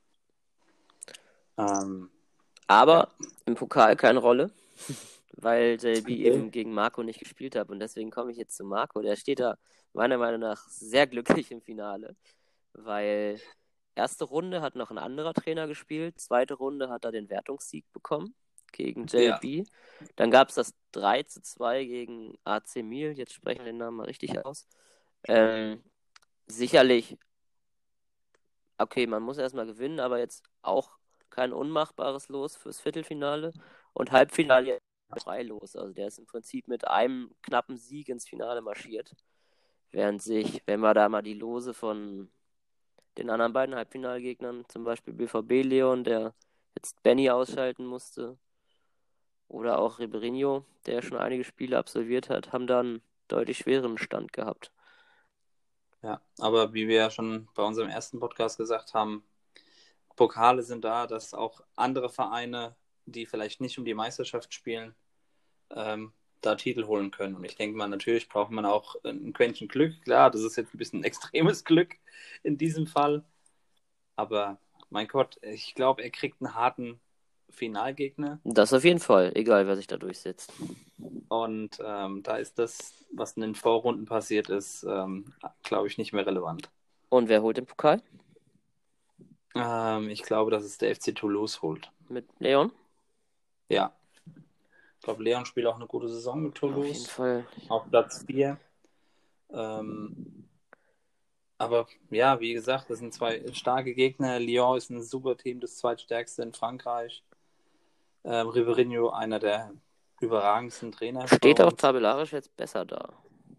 Aber im Pokal keine Rolle, weil JLB eben gegen Marco nicht gespielt hat. Und deswegen komme ich jetzt zu Marco. Der steht da meiner Meinung nach sehr glücklich im Finale, weil erste Runde hat noch ein anderer Trainer gespielt, zweite Runde hat er den Wertungssieg bekommen gegen JLB. Ja. Dann gab es das 3-2 gegen AC Milan, jetzt sprechen wir den Namen mal richtig aus. Sicherlich, okay, man muss erstmal gewinnen, aber jetzt auch kein unmachbares Los fürs Viertelfinale und Halbfinale frei los. Also der ist im Prinzip mit einem knappen Sieg ins Finale marschiert. Während wenn wir da mal die Lose von den anderen beiden Halbfinalgegnern, zum Beispiel BVB Leon, der jetzt Benny ausschalten musste, oder auch Ribeirinho, der schon einige Spiele absolviert hat, haben da einen deutlich schwereren Stand gehabt. Ja, aber wie wir ja schon bei unserem ersten Podcast gesagt haben, Pokale sind da, dass auch andere Vereine, die vielleicht nicht um die Meisterschaft spielen, da Titel holen können. Und ich denke mal, natürlich braucht man auch ein Quäntchen Glück. Klar, das ist jetzt ein bisschen extremes Glück in diesem Fall. Aber mein Gott, ich glaube, er kriegt einen harten Finalgegner. Das auf jeden Fall, egal wer sich da durchsetzt. Und da ist das, was in den Vorrunden passiert ist, glaube ich, nicht mehr relevant. Und wer holt den Pokal? Ich glaube, dass es der FC Toulouse holt. Mit Leon? Ja. Ich glaube, Leon spielt auch eine gute Saison mit Toulouse. Auf jeden Fall. Auf Platz 4. Aber ja, wie gesagt, das sind zwei starke Gegner. Lyon ist ein super Team, das zweitstärkste in Frankreich. Ribeirinho, einer der überragendsten Trainer. Steht auch tabellarisch jetzt besser da.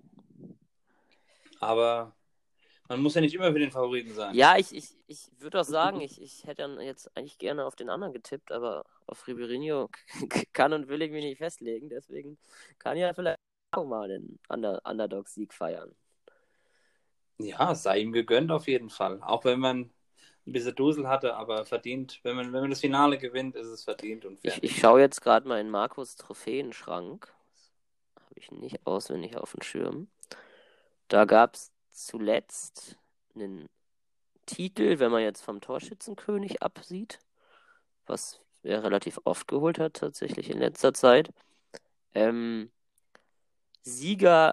Aber man muss ja nicht immer für den Favoriten sein. Ja, ich würde auch sagen, ich hätte dann jetzt eigentlich gerne auf den anderen getippt, aber auf Ribeirinho kann und will ich mich nicht festlegen. Deswegen kann ja vielleicht auch mal den Underdog-Sieg feiern. Ja, sei ihm gegönnt auf jeden Fall. Auch wenn man ein bisschen Dusel hatte, aber verdient. Wenn man das Finale gewinnt, ist es verdient und fertig. Ich schaue jetzt gerade mal in Markus Trophäenschrank. Das habe ich nicht auswendig auf dem Schirm. Da gab es zuletzt einen Titel, wenn man jetzt vom Torschützenkönig absieht, was er relativ oft geholt hat, tatsächlich in letzter Zeit. Sieger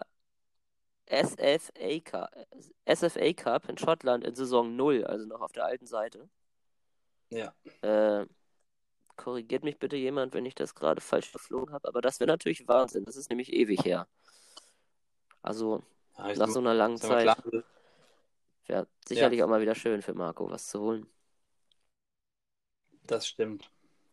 SFA Cup in Schottland in Saison 0, also noch auf der alten Seite. Ja. Korrigiert mich bitte jemand, wenn ich das gerade falsch verflogen habe, aber das wäre natürlich Wahnsinn. Das ist nämlich ewig her. Also Ja, nach so einer langen Zeit klar. wäre sicherlich auch mal wieder schön für Marco, was zu holen. Das stimmt.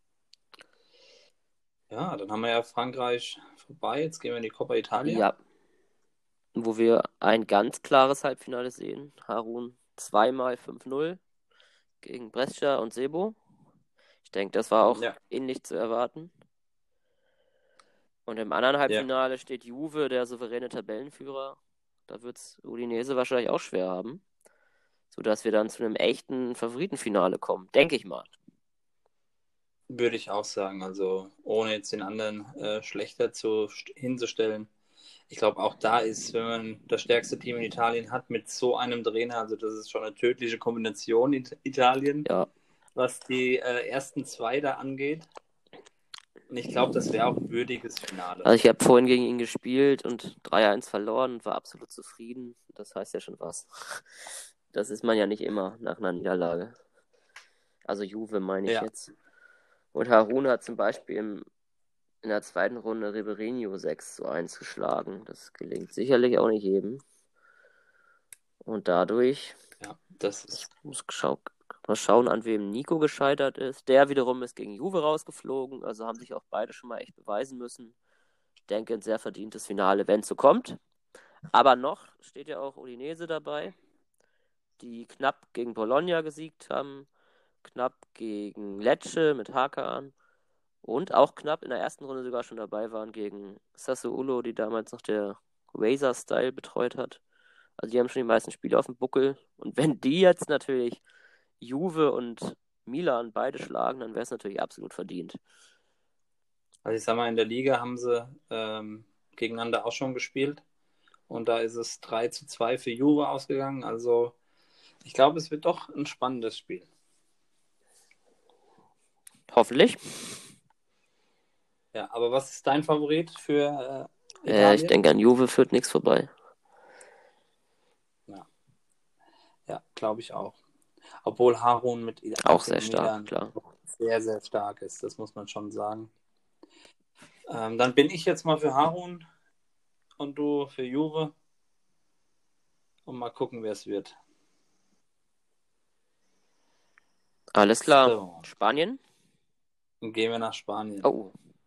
Ja, dann haben wir ja Frankreich vorbei. Jetzt gehen wir in die Coppa Italia. Ja. Wo wir ein ganz klares Halbfinale sehen. Harun zweimal 5-0 gegen Brescia und Sebo. Ich denke, das war auch ähnlich zu erwarten. Und im anderen Halbfinale steht Juve, der souveräne Tabellenführer. Da wird es Udinese wahrscheinlich auch schwer haben. Sodass wir dann zu einem echten Favoritenfinale kommen. Denke ich mal. Würde ich auch sagen. Also ohne jetzt den anderen schlechter hinzustellen. Ich glaube, auch da ist, wenn man das stärkste Team in Italien hat, mit so einem Trainer, also das ist schon eine tödliche Kombination in Italien, was die ersten zwei da angeht. Und ich glaube, das wäre auch ein würdiges Finale. Also ich habe vorhin gegen ihn gespielt und 3-1 verloren und war absolut zufrieden. Das heißt ja schon was. Das ist man ja nicht immer nach einer Niederlage. Also Juve meine ich jetzt. Und Harun hat zum Beispiel in der zweiten Runde Ribeirinho 6-1 geschlagen. Das gelingt sicherlich auch nicht jedem. Und dadurch, ich muss mal schauen, an wem Nico gescheitert ist. Der wiederum ist gegen Juve rausgeflogen. Also haben sich auch beide schon mal echt beweisen müssen. Ich denke, ein sehr verdientes Finale, wenn es so kommt. Aber noch steht ja auch Udinese dabei, die knapp gegen Bologna gesiegt haben. Knapp gegen Lecce mit Hakan. Und auch knapp in der ersten Runde sogar schon dabei waren gegen Sassuolo, die damals noch der Razor-Style betreut hat. Also die haben schon die meisten Spiele auf dem Buckel. Und wenn die jetzt natürlich Juve und Milan beide schlagen, dann wäre es natürlich absolut verdient. Also ich sag mal, in der Liga haben sie gegeneinander auch schon gespielt. Und da ist es 3-2 für Juve ausgegangen. Also ich glaube, es wird doch ein spannendes Spiel. Hoffentlich. Ja, aber was ist dein Favorit für Italien? Ich denke, an Juve führt nichts vorbei. Ja, glaube ich auch. Obwohl Harun mit auch sehr stark, klar. Sehr, sehr stark ist, das muss man schon sagen. Dann bin ich jetzt mal für Harun und du für Juve. Und mal gucken, wer es wird. Alles klar. So. Spanien? Dann gehen wir nach Spanien. Oh.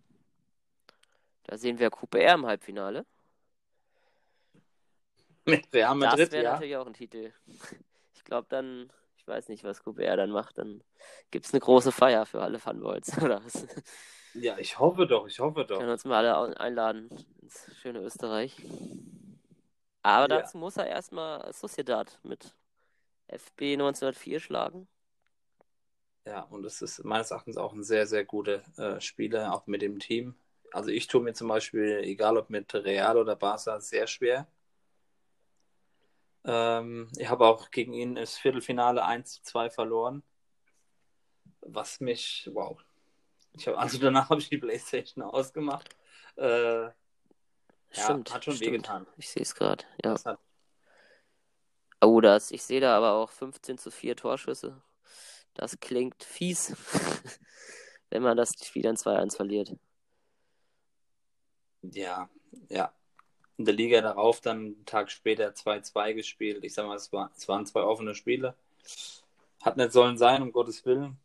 Da sehen wir QPR im Halbfinale. Mit Real Madrid, das wäre natürlich auch ein Titel. Ich glaube dann, Ich weiß nicht, was QPR dann macht. Dann gibt es eine große Feier für alle Fanboys, oder was? Ja, ich hoffe doch. Können uns mal alle einladen ins schöne Österreich. Aber Ja. dazu muss er erstmal Sociedad mit FB 1904 schlagen. Ja, und es ist meines Erachtens auch ein sehr, sehr guter Spieler, auch mit dem Team. Also ich tue mir zum Beispiel, egal ob mit Real oder Barca, sehr schwer. Ich habe auch gegen ihn das Viertelfinale 1:2 verloren. Was mich, wow. Also danach habe ich die Playstation ausgemacht. Stimmt, hat schon stimmt. wehgetan. Ich sehe es gerade, ja. Das hat, Oh, ich sehe da aber auch 15:4 Torschüsse. Das klingt fies, wenn man das Spiel dann 2-1 verliert. ja. In der Liga darauf dann einen Tag später 2:2 gespielt. Ich sag mal, es waren 2 offene Spiele. Hat nicht sollen sein, um Gottes Willen.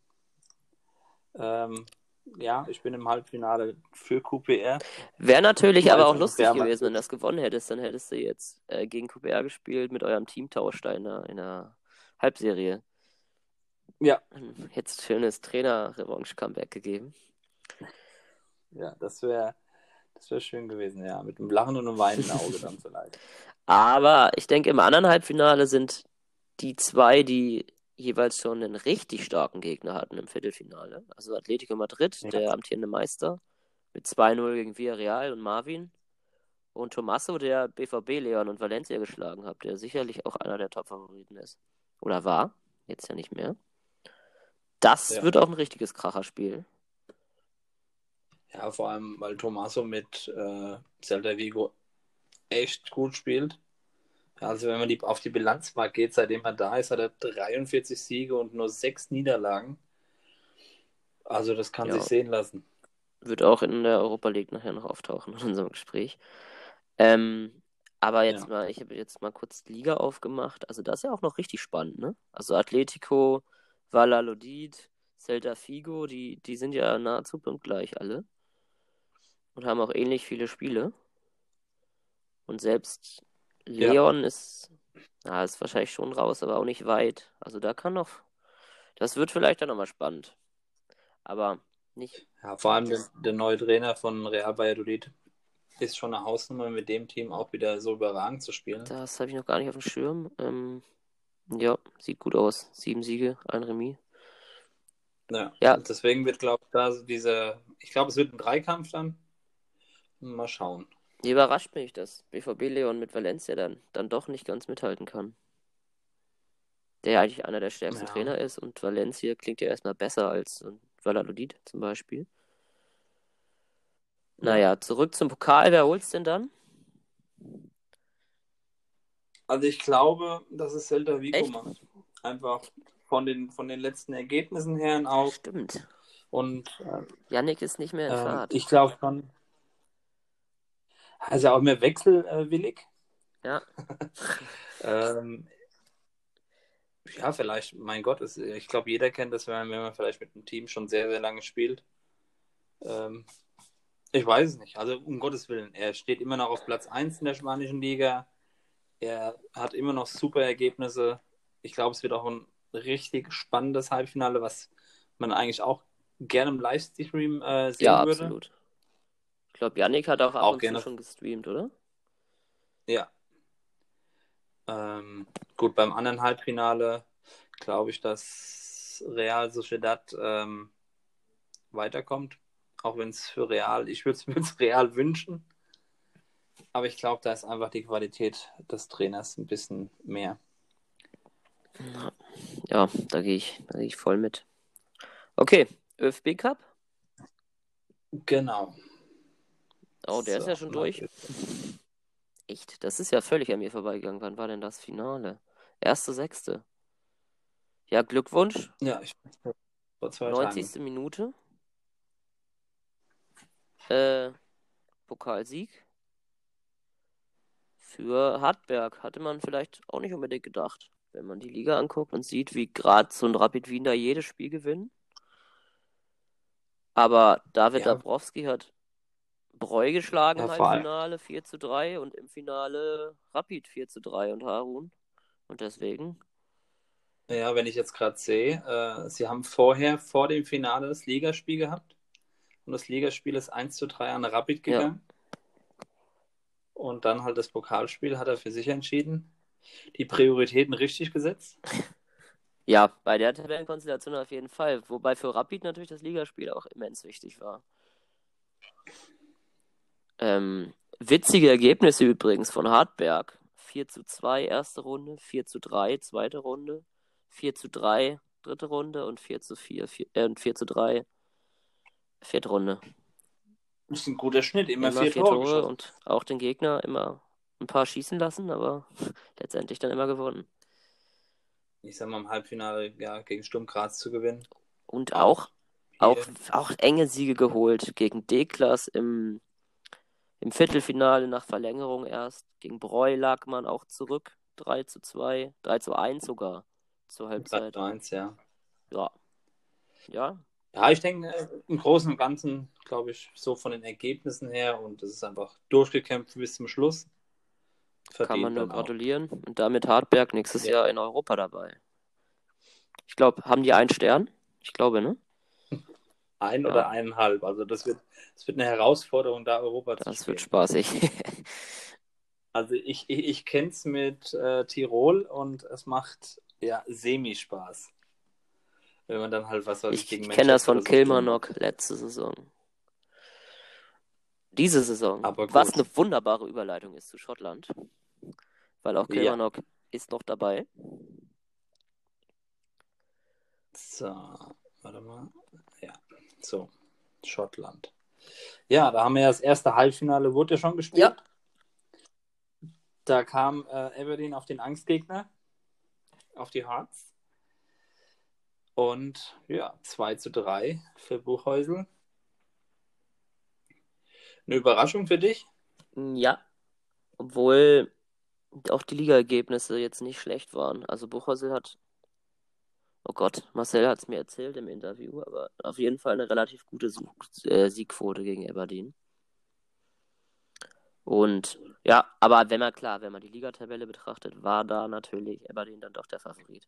Ja, ich bin im Halbfinale für QPR. Wäre natürlich Weil aber auch es lustig einfach gewesen, wenn du das gewonnen hättest. Dann hättest du jetzt gegen QPR gespielt mit eurem Teamtausch da in der Halbserie. Ja. Jetzt schönes Trainer-Revanche-Comeback gegeben. Ja, das wäre schön gewesen, ja. Mit einem Lachen und einem weinenden Auge dann vielleicht. Aber ich denke, im anderen Halbfinale sind die zwei, die jeweils schon einen richtig starken Gegner hatten im Viertelfinale. Also Atletico Madrid, Ja. der amtierende Meister, mit 2-0 gegen Villarreal und Marvin. Und Tommaso, der BVB Leon und Valencia geschlagen hat, der sicherlich auch einer der Top-Favoriten ist. Oder war, jetzt ja nicht mehr. Das wird auch ein richtiges Kracherspiel. Ja, vor allem, weil Tommaso mit Celta Vigo echt gut spielt. Also wenn man auf die Bilanz mal geht, seitdem er da ist, hat er 43 Siege und nur 6 Niederlagen. Also das kann sich sehen lassen. Wird auch in der Europa League nachher noch auftauchen in unserem Gespräch. Aber jetzt mal, ich habe jetzt mal kurz die Liga aufgemacht. Also das ist ja auch noch richtig spannend, ne? Also Atletico, Valladolid, Celta Vigo, die sind ja nahezu punktgleich alle. Und haben auch ähnlich viele Spiele. Und selbst Leon ist wahrscheinlich schon raus, aber auch nicht weit. Also da kann noch, das wird vielleicht dann nochmal spannend. Aber nicht. Ja, vor allem der neue Trainer von Real Valladolid ist schon eine Hausnummer, mit dem Team auch wieder so überragend zu spielen. Das habe ich noch gar nicht auf dem Schirm. Ja, sieht gut aus. 7 Siege, 1 Remis. Ja. Deswegen wird, glaube ich, glaube, es wird ein Dreikampf dann. Mal schauen. Überrascht mich, dass BVB Leon mit Valencia dann doch nicht ganz mithalten kann. Der ja eigentlich einer der stärksten Trainer ist und Valencia klingt ja erstmal besser als Valladolid zum Beispiel. Naja, zurück zum Pokal. Wer holt's denn dann? Also ich glaube, dass es Celta Vigo macht. Einfach von den letzten Ergebnissen her auch. Stimmt. Und Yannick ist nicht mehr in Fahrt. ich glaube schon. Also auch mehr wechselwillig. Ja. Ja, vielleicht, mein Gott, ich glaube, jeder kennt das, wenn man vielleicht mit einem Team schon sehr, sehr lange spielt. Ich weiß es nicht. Also um Gottes Willen, er steht immer noch auf Platz 1 in der spanischen Liga. Er hat immer noch super Ergebnisse. Ich glaube, es wird auch ein richtig spannendes Halbfinale, was man eigentlich auch gerne im Livestream sehen würde. Ja, absolut. Ich glaube, Yannick hat auch ab und gerne zu schon gestreamt, oder? Ja. Gut, beim anderen Halbfinale glaube ich, dass Real Sociedad weiterkommt. Auch wenn es für Real, ich würde es Real wünschen. Aber ich glaube, da ist einfach die Qualität des Trainers ein bisschen mehr. Ja, da gehe ich voll mit. Okay, ÖFB Cup? Genau. Oh, der ist ja schon durch. Echt? Das ist ja völlig an mir vorbeigegangen. Wann war denn das Finale? 1.6. Ja, Glückwunsch. Ja, vor 2 90. Tagen. Minute. Pokalsieg. Für Hartberg. Hatte man vielleicht auch nicht unbedingt gedacht. Wenn man die Liga anguckt und sieht, wie Graz und Rapid Wien da jedes Spiel gewinnen. Aber David Dabrowski hat Breu geschlagen im Halbfinale 4:3 und im Finale Rapid 4:3 und Harun. Und deswegen Ja, wenn ich jetzt gerade sehe, sie haben vor dem Finale das Ligaspiel gehabt und das Ligaspiel ist 1:3 an Rapid Ja. gegangen und dann halt das Pokalspiel hat er für sich entschieden. Die Prioritäten richtig gesetzt. Ja, bei der Tabellenkonstellation auf jeden Fall. Wobei für Rapid natürlich das Ligaspiel auch immens wichtig war. Witzige Ergebnisse übrigens von Hartberg. 4:2 erste Runde, 4:3 zweite Runde, 4:3 dritte Runde und 4:4 und 4:3 vierte Runde. Das ist ein guter Schnitt, immer 4 4 Tore Tore geschossen. und auch den Gegner immer ein paar schießen lassen, aber letztendlich dann immer gewonnen. Ich sag mal, im Halbfinale gegen Sturm Graz zu gewinnen. Und Auch auch enge Siege geholt gegen Deklas im Viertelfinale nach Verlängerung erst. Gegen Breu lag man auch zurück. 3:2, 3:1 sogar zur Halbzeit. 3:1, ja. Ja. Ja. Ja, ich denke, im Großen und Ganzen, glaube ich, so von den Ergebnissen her und es ist einfach durchgekämpft bis zum Schluss. Kann man Verdient nur dann auch. gratulieren. Und damit Hartberg nächstes Ja. Jahr in Europa dabei. Ich glaube, haben die einen Stern? Ich glaube, ne? Ein Ja. oder 1,5. Also das wird eine Herausforderung, da Europa zu Das spielen. wird spaßig. Also ich kenne es mit Tirol und es macht ja Semi-Spaß. Wenn man dann halt, was weiß ich, gegen Ich kenne das Manchester von oder so spielen Kilmarnock muss. letzte Saison. Diese Saison. Aber gut. Was eine wunderbare Überleitung ist zu Schottland. Weil auch Ja. Kilmarnock ist noch dabei. So, warte mal. Ja, so, Schottland. Ja, da haben wir ja das erste Halbfinale, wurde ja schon gespielt. Ja. Da kam Aberdeen auf den Angstgegner, auf die Hearts. Und ja, 2:3 für Buchhäusl. Eine Überraschung für dich? Ja. Obwohl auch die Ligaergebnisse jetzt nicht schlecht waren. Also Buchhäusl hat, oh Gott, Marcel hat es mir erzählt im Interview, aber auf jeden Fall eine relativ gute Siegquote gegen Aberdeen. Und ja, aber wenn man die Ligatabelle betrachtet, war da natürlich Aberdeen dann doch der Favorit.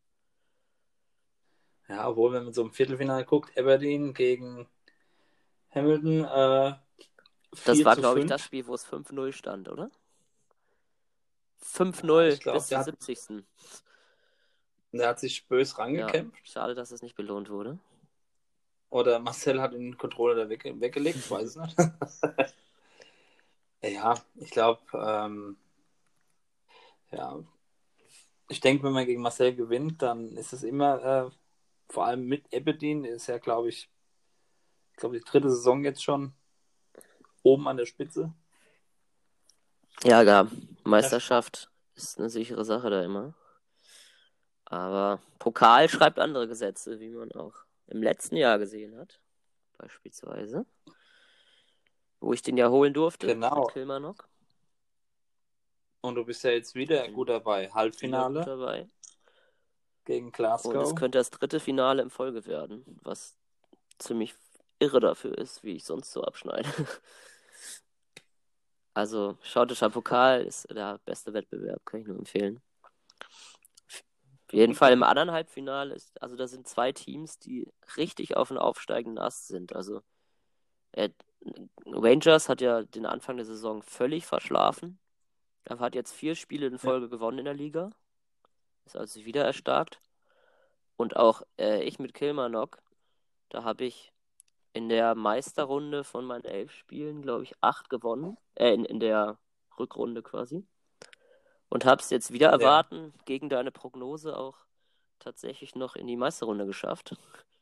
Ja, obwohl, wenn man so im Viertelfinale guckt, Aberdeen gegen Hamilton, Das war, 4:5. glaube ich, das Spiel, wo es 5:0 stand, oder? 5:0 ich glaub, bis zum 70. Der hat sich bös rangekämpft. Ja, schade, dass es nicht belohnt wurde. Oder Marcel hat den Controller da weggelegt, ich weiß es nicht. Ja, ich glaube, ja, ich denke, wenn man gegen Marcel gewinnt, dann ist es immer, vor allem mit Aberdeen, ist ja, glaube ich, die 3. Saison jetzt schon oben an der Spitze. Ja, Meisterschaft ist eine sichere Sache da immer. Aber Pokal schreibt andere Gesetze, wie man auch im letzten Jahr gesehen hat. Beispielsweise. Wo ich den ja holen durfte. Genau. Mit Kilmarnock. Und du bist ja jetzt wieder gut dabei. Halbfinale Wieder gut dabei. gegen Glasgow. Und es könnte das 3. Finale in Folge werden. Was ziemlich irre dafür ist, wie ich sonst so abschneide. Also, schottischer Pokal ist der beste Wettbewerb, kann ich nur empfehlen. Auf jeden Fall im anderen Halbfinale also da sind 2 Teams, die richtig auf den aufsteigenden Ast sind. Also Rangers hat ja den Anfang der Saison völlig verschlafen. Er hat jetzt 4 Spiele in Folge gewonnen in der Liga. Ist also wieder erstarkt. Und auch ich mit Kilmarnock, da habe ich in der Meisterrunde von meinen 11 Spielen, glaube ich, 8 gewonnen. In der Rückrunde quasi. Und habe es jetzt wieder erwarten, gegen deine Prognose auch tatsächlich noch in die Meisterrunde geschafft.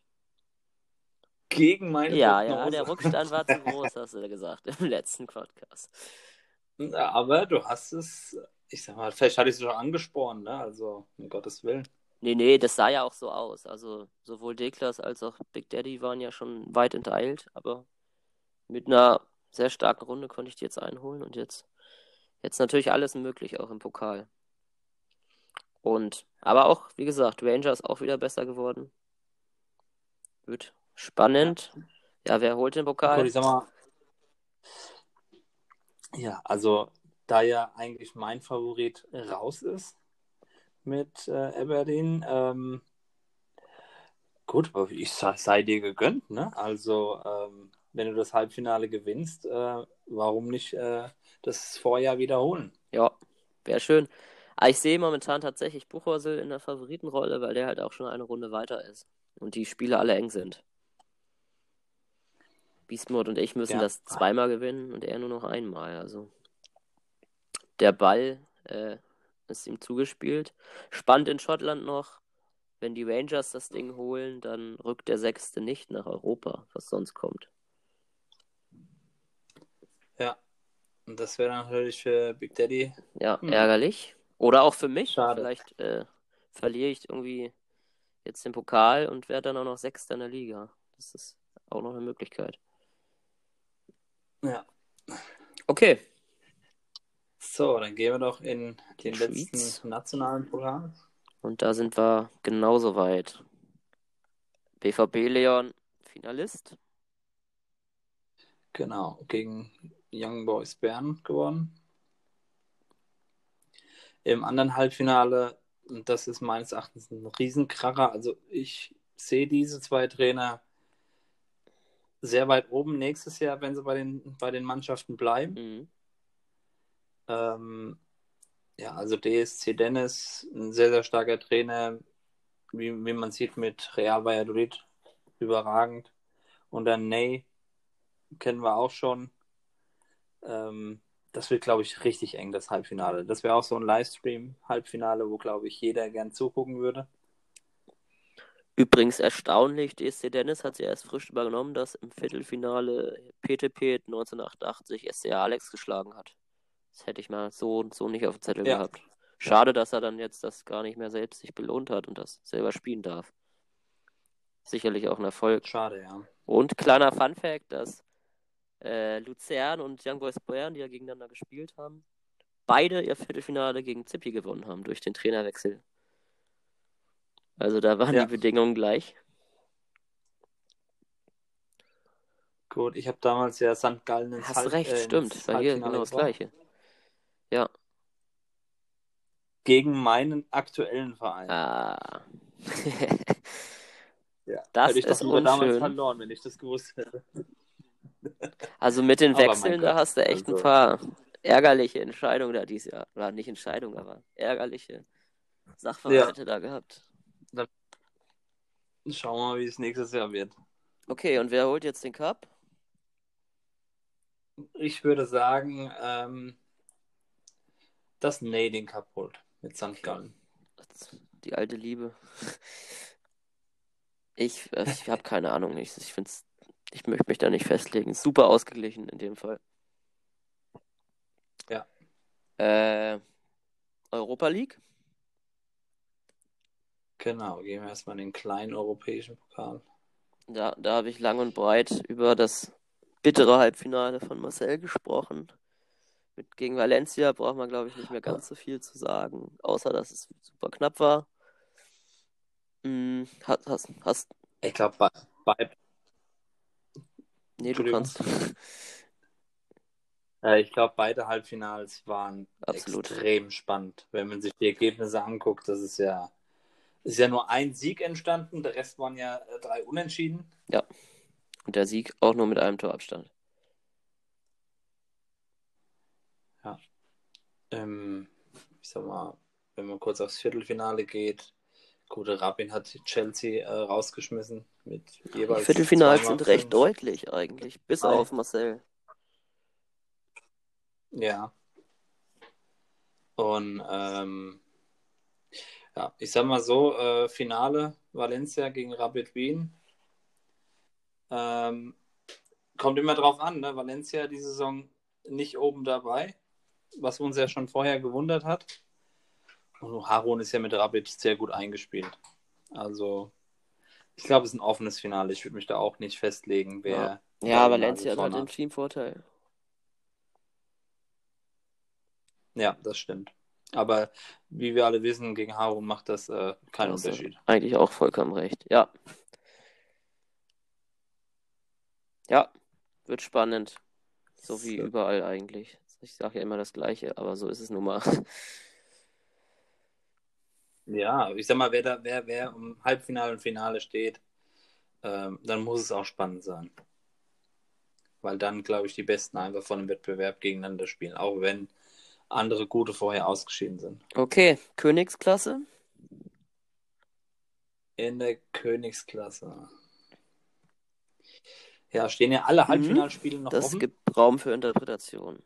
Gegen meine Prognose? Ja, der Rückstand war zu groß, hast du gesagt, im letzten Podcast. Aber du hast es, ich sag mal, vielleicht hatte ich es schon angespornt, ne? Also, um Gottes Willen. Nee, das sah ja auch so aus. Also, sowohl Deklas als auch Big Daddy waren ja schon weit enteilt, aber mit einer sehr starken Runde konnte ich die jetzt einholen und jetzt natürlich alles möglich, auch im Pokal. Aber auch, wie gesagt, Rangers auch wieder besser geworden. Wird spannend. Ja, wer holt den Pokal? Gut, ich sag mal, ja, also da ja eigentlich mein Favorit raus ist, mit Aberdeen. Gut, aber sei dir gegönnt, ne? Also, wenn du das Halbfinale gewinnst, warum nicht das Vorjahr wiederholen? Ja, wäre schön. Aber ich sehe momentan tatsächlich Buchhorsil in der Favoritenrolle, weil der halt auch schon eine Runde weiter ist. Und die Spiele alle eng sind. Bismuth und ich müssen Ja. das zweimal gewinnen und er nur noch einmal. Also der Ball ist ihm zugespielt. Spannend in Schottland noch, wenn die Rangers das Ding holen, dann rückt der Sechste nicht nach Europa, was sonst kommt. Ja, und das wäre natürlich für Big Daddy. Ja, ärgerlich. Oder auch für mich. Schade. Vielleicht verliere ich irgendwie jetzt den Pokal und werde dann auch noch Sechster in der Liga. Das ist auch noch eine Möglichkeit. Ja. Okay. So, dann gehen wir doch in den Schweiz. letzten nationalen Pokal. Und da sind wir genauso weit. BVB Leon, Finalist. Genau, gegen Young Boys Bern gewonnen. Im anderen Halbfinale, und das ist meines Erachtens ein Riesenkracher, also ich sehe diese zwei Trainer sehr weit oben nächstes Jahr, wenn sie bei den Mannschaften bleiben. Ja, also DSC Dennis, ein sehr, sehr starker Trainer, wie man sieht mit Real Valladolid, überragend. Und dann Ney, kennen wir auch schon. Das wird, glaube ich, richtig eng, das Halbfinale. Das wäre auch so ein Livestream-Halbfinale, wo, glaube ich, jeder gern zugucken würde. Übrigens erstaunlich, DSC Dennis hat sie erst frisch übernommen, dass im Viertelfinale PTP 1988 SCA Alex geschlagen hat. Das hätte ich mal so nicht auf dem Zettel gehabt. Schade, dass er dann jetzt das gar nicht mehr selbst sich belohnt hat und das selber spielen darf. Sicherlich auch ein Erfolg. Schade, ja. Und kleiner Funfact, dass Luzern und Young Boys Bern, die ja gegeneinander gespielt haben, beide ihr Viertelfinale gegen Zippi gewonnen haben durch den Trainerwechsel. Also da waren die Bedingungen gleich. Gut, ich habe damals ja St. Gallen ins Hast recht, stimmt. War hier genau das Gleiche. Ja. Gegen meinen aktuellen Verein. Ah. Ja, das hätte ich ist doch lieber damals unschön. verloren, wenn ich das gewusst hätte. Also mit den Wechseln, da hast du echt also ein paar ärgerliche Entscheidungen da dieses Jahr. Oder nicht Entscheidungen, aber ärgerliche Sachverhalte da gehabt. Dann schauen wir mal, wie es nächstes Jahr wird. Okay, und wer holt jetzt den Cup? Ich würde sagen, dass Ney den Cup holt mit St. Gallen. Die alte Liebe. Ich habe keine Ahnung. Ich möchte mich da nicht festlegen. Super ausgeglichen in dem Fall. Ja. Europa League? Genau, gehen wir erstmal in den kleinen europäischen Pokal. Da habe ich lang und breit über das bittere Halbfinale von Marcel gesprochen. Gegen Valencia braucht man, glaube ich, nicht mehr ganz so viel zu sagen, außer dass es super knapp war. Ich glaube, Nee, du kannst. Ich glaube, beide Halbfinals waren extrem spannend. Wenn man sich die Ergebnisse anguckt, das ist ja nur ein Sieg entstanden, der Rest waren ja 3 Unentschieden. Ja, und der Sieg auch nur mit einem Torabstand. Ja. Ich sag mal, wenn man kurz aufs Viertelfinale geht, gute Rabin hat Chelsea rausgeschmissen mit jeweils. Die Viertelfinals sind recht deutlich eigentlich, bis auf Marcel. Ja. Und ja, ich sag mal so, Finale Valencia gegen Rapid Wien. Kommt immer drauf an, ne? Valencia die Saison nicht oben dabei, was uns ja schon vorher gewundert hat. Und Harun ist ja mit Rapid sehr gut eingespielt. Also, ich glaube, es ist ein offenes Finale. Ich würde mich da auch nicht festlegen, wer. Ja, Valencia hat halt den Teamvorteil. Ja, das stimmt. Aber wie wir alle wissen, gegen Harun macht das keinen Unterschied. Eigentlich auch vollkommen recht, ja. Ja, wird spannend. So wie überall eigentlich. Ich sage ja immer das Gleiche, aber so ist es nun mal. Ja, ich sag mal, wer im Halbfinale und Finale steht, dann muss es auch spannend sein. Weil dann, glaube ich, die Besten einfach von dem Wettbewerb gegeneinander spielen, auch wenn andere gute vorher ausgeschieden sind. Okay, Königsklasse. In der Königsklasse. Ja, stehen ja alle Halbfinalspiele noch Das offen. gibt Raum für Interpretation.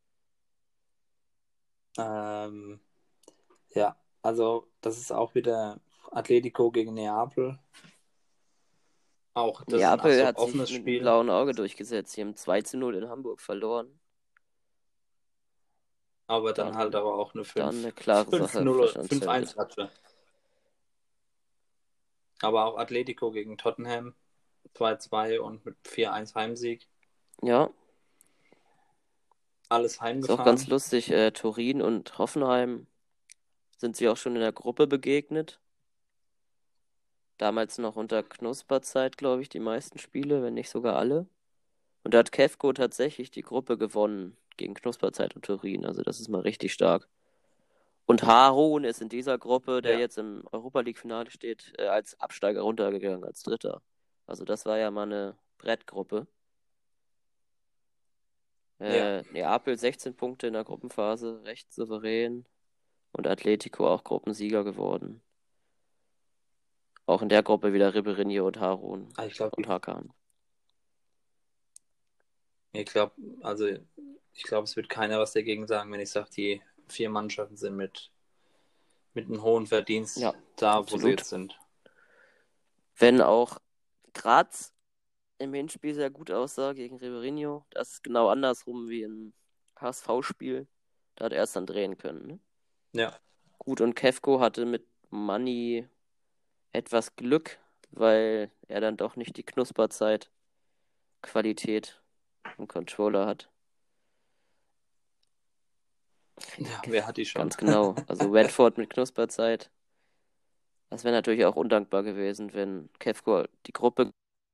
Ja, also das ist auch wieder Atletico gegen Neapel. Auch das ist Neapel ein hat sich offenes mit dem Spiel. blauen Auge durchgesetzt. Sie haben 2-0 in Hamburg verloren. Aber dann Dann- halt aber auch eine Dann eine klare Sache 5-0, für 5-1 Ratsche. Aber auch Atletico gegen Tottenham 2-2 und mit 4-1 Heimsieg. Ja, Alles ist auch heimgefahren. ganz lustig. Turin und Hoffenheim sind sie auch schon in der Gruppe begegnet. Damals noch unter Knusperzeit, glaube ich, die meisten Spiele, wenn nicht sogar alle. Und da hat Kefko tatsächlich die Gruppe gewonnen gegen Knusperzeit und Turin. Also das ist mal richtig stark. Und Harun ist in dieser Gruppe, der Ja. jetzt im Europa League-Finale steht, als Absteiger runtergegangen, als Dritter. Also das war ja mal eine Brettgruppe. Ja. Neapel 16 Punkte in der Gruppenphase, recht souverän. Und Atletico auch Gruppensieger geworden. Auch in der Gruppe wieder Ribeirinho und Harun Ich glaube, und Hakan. also ich glaube, es wird keiner was dagegen sagen, wenn ich sage, die 4 Mannschaften sind mit einem hohen Verdienst Ja, da, absolut. wo sie jetzt sind. Wenn auch Graz im Hinspiel sehr gut aussah gegen Ribeirinho, das ist genau andersrum wie im HSV-Spiel. Da hat er es dann drehen können. Ne? Ja. Gut, und Kefko hatte mit Money etwas Glück, weil er dann doch nicht die Knusperzeit Qualität im Controller hat. Ja, wer hat die schon? Ganz genau. Also Watford mit Knusperzeit. Das wäre natürlich auch undankbar gewesen, wenn Kefko die Gruppe.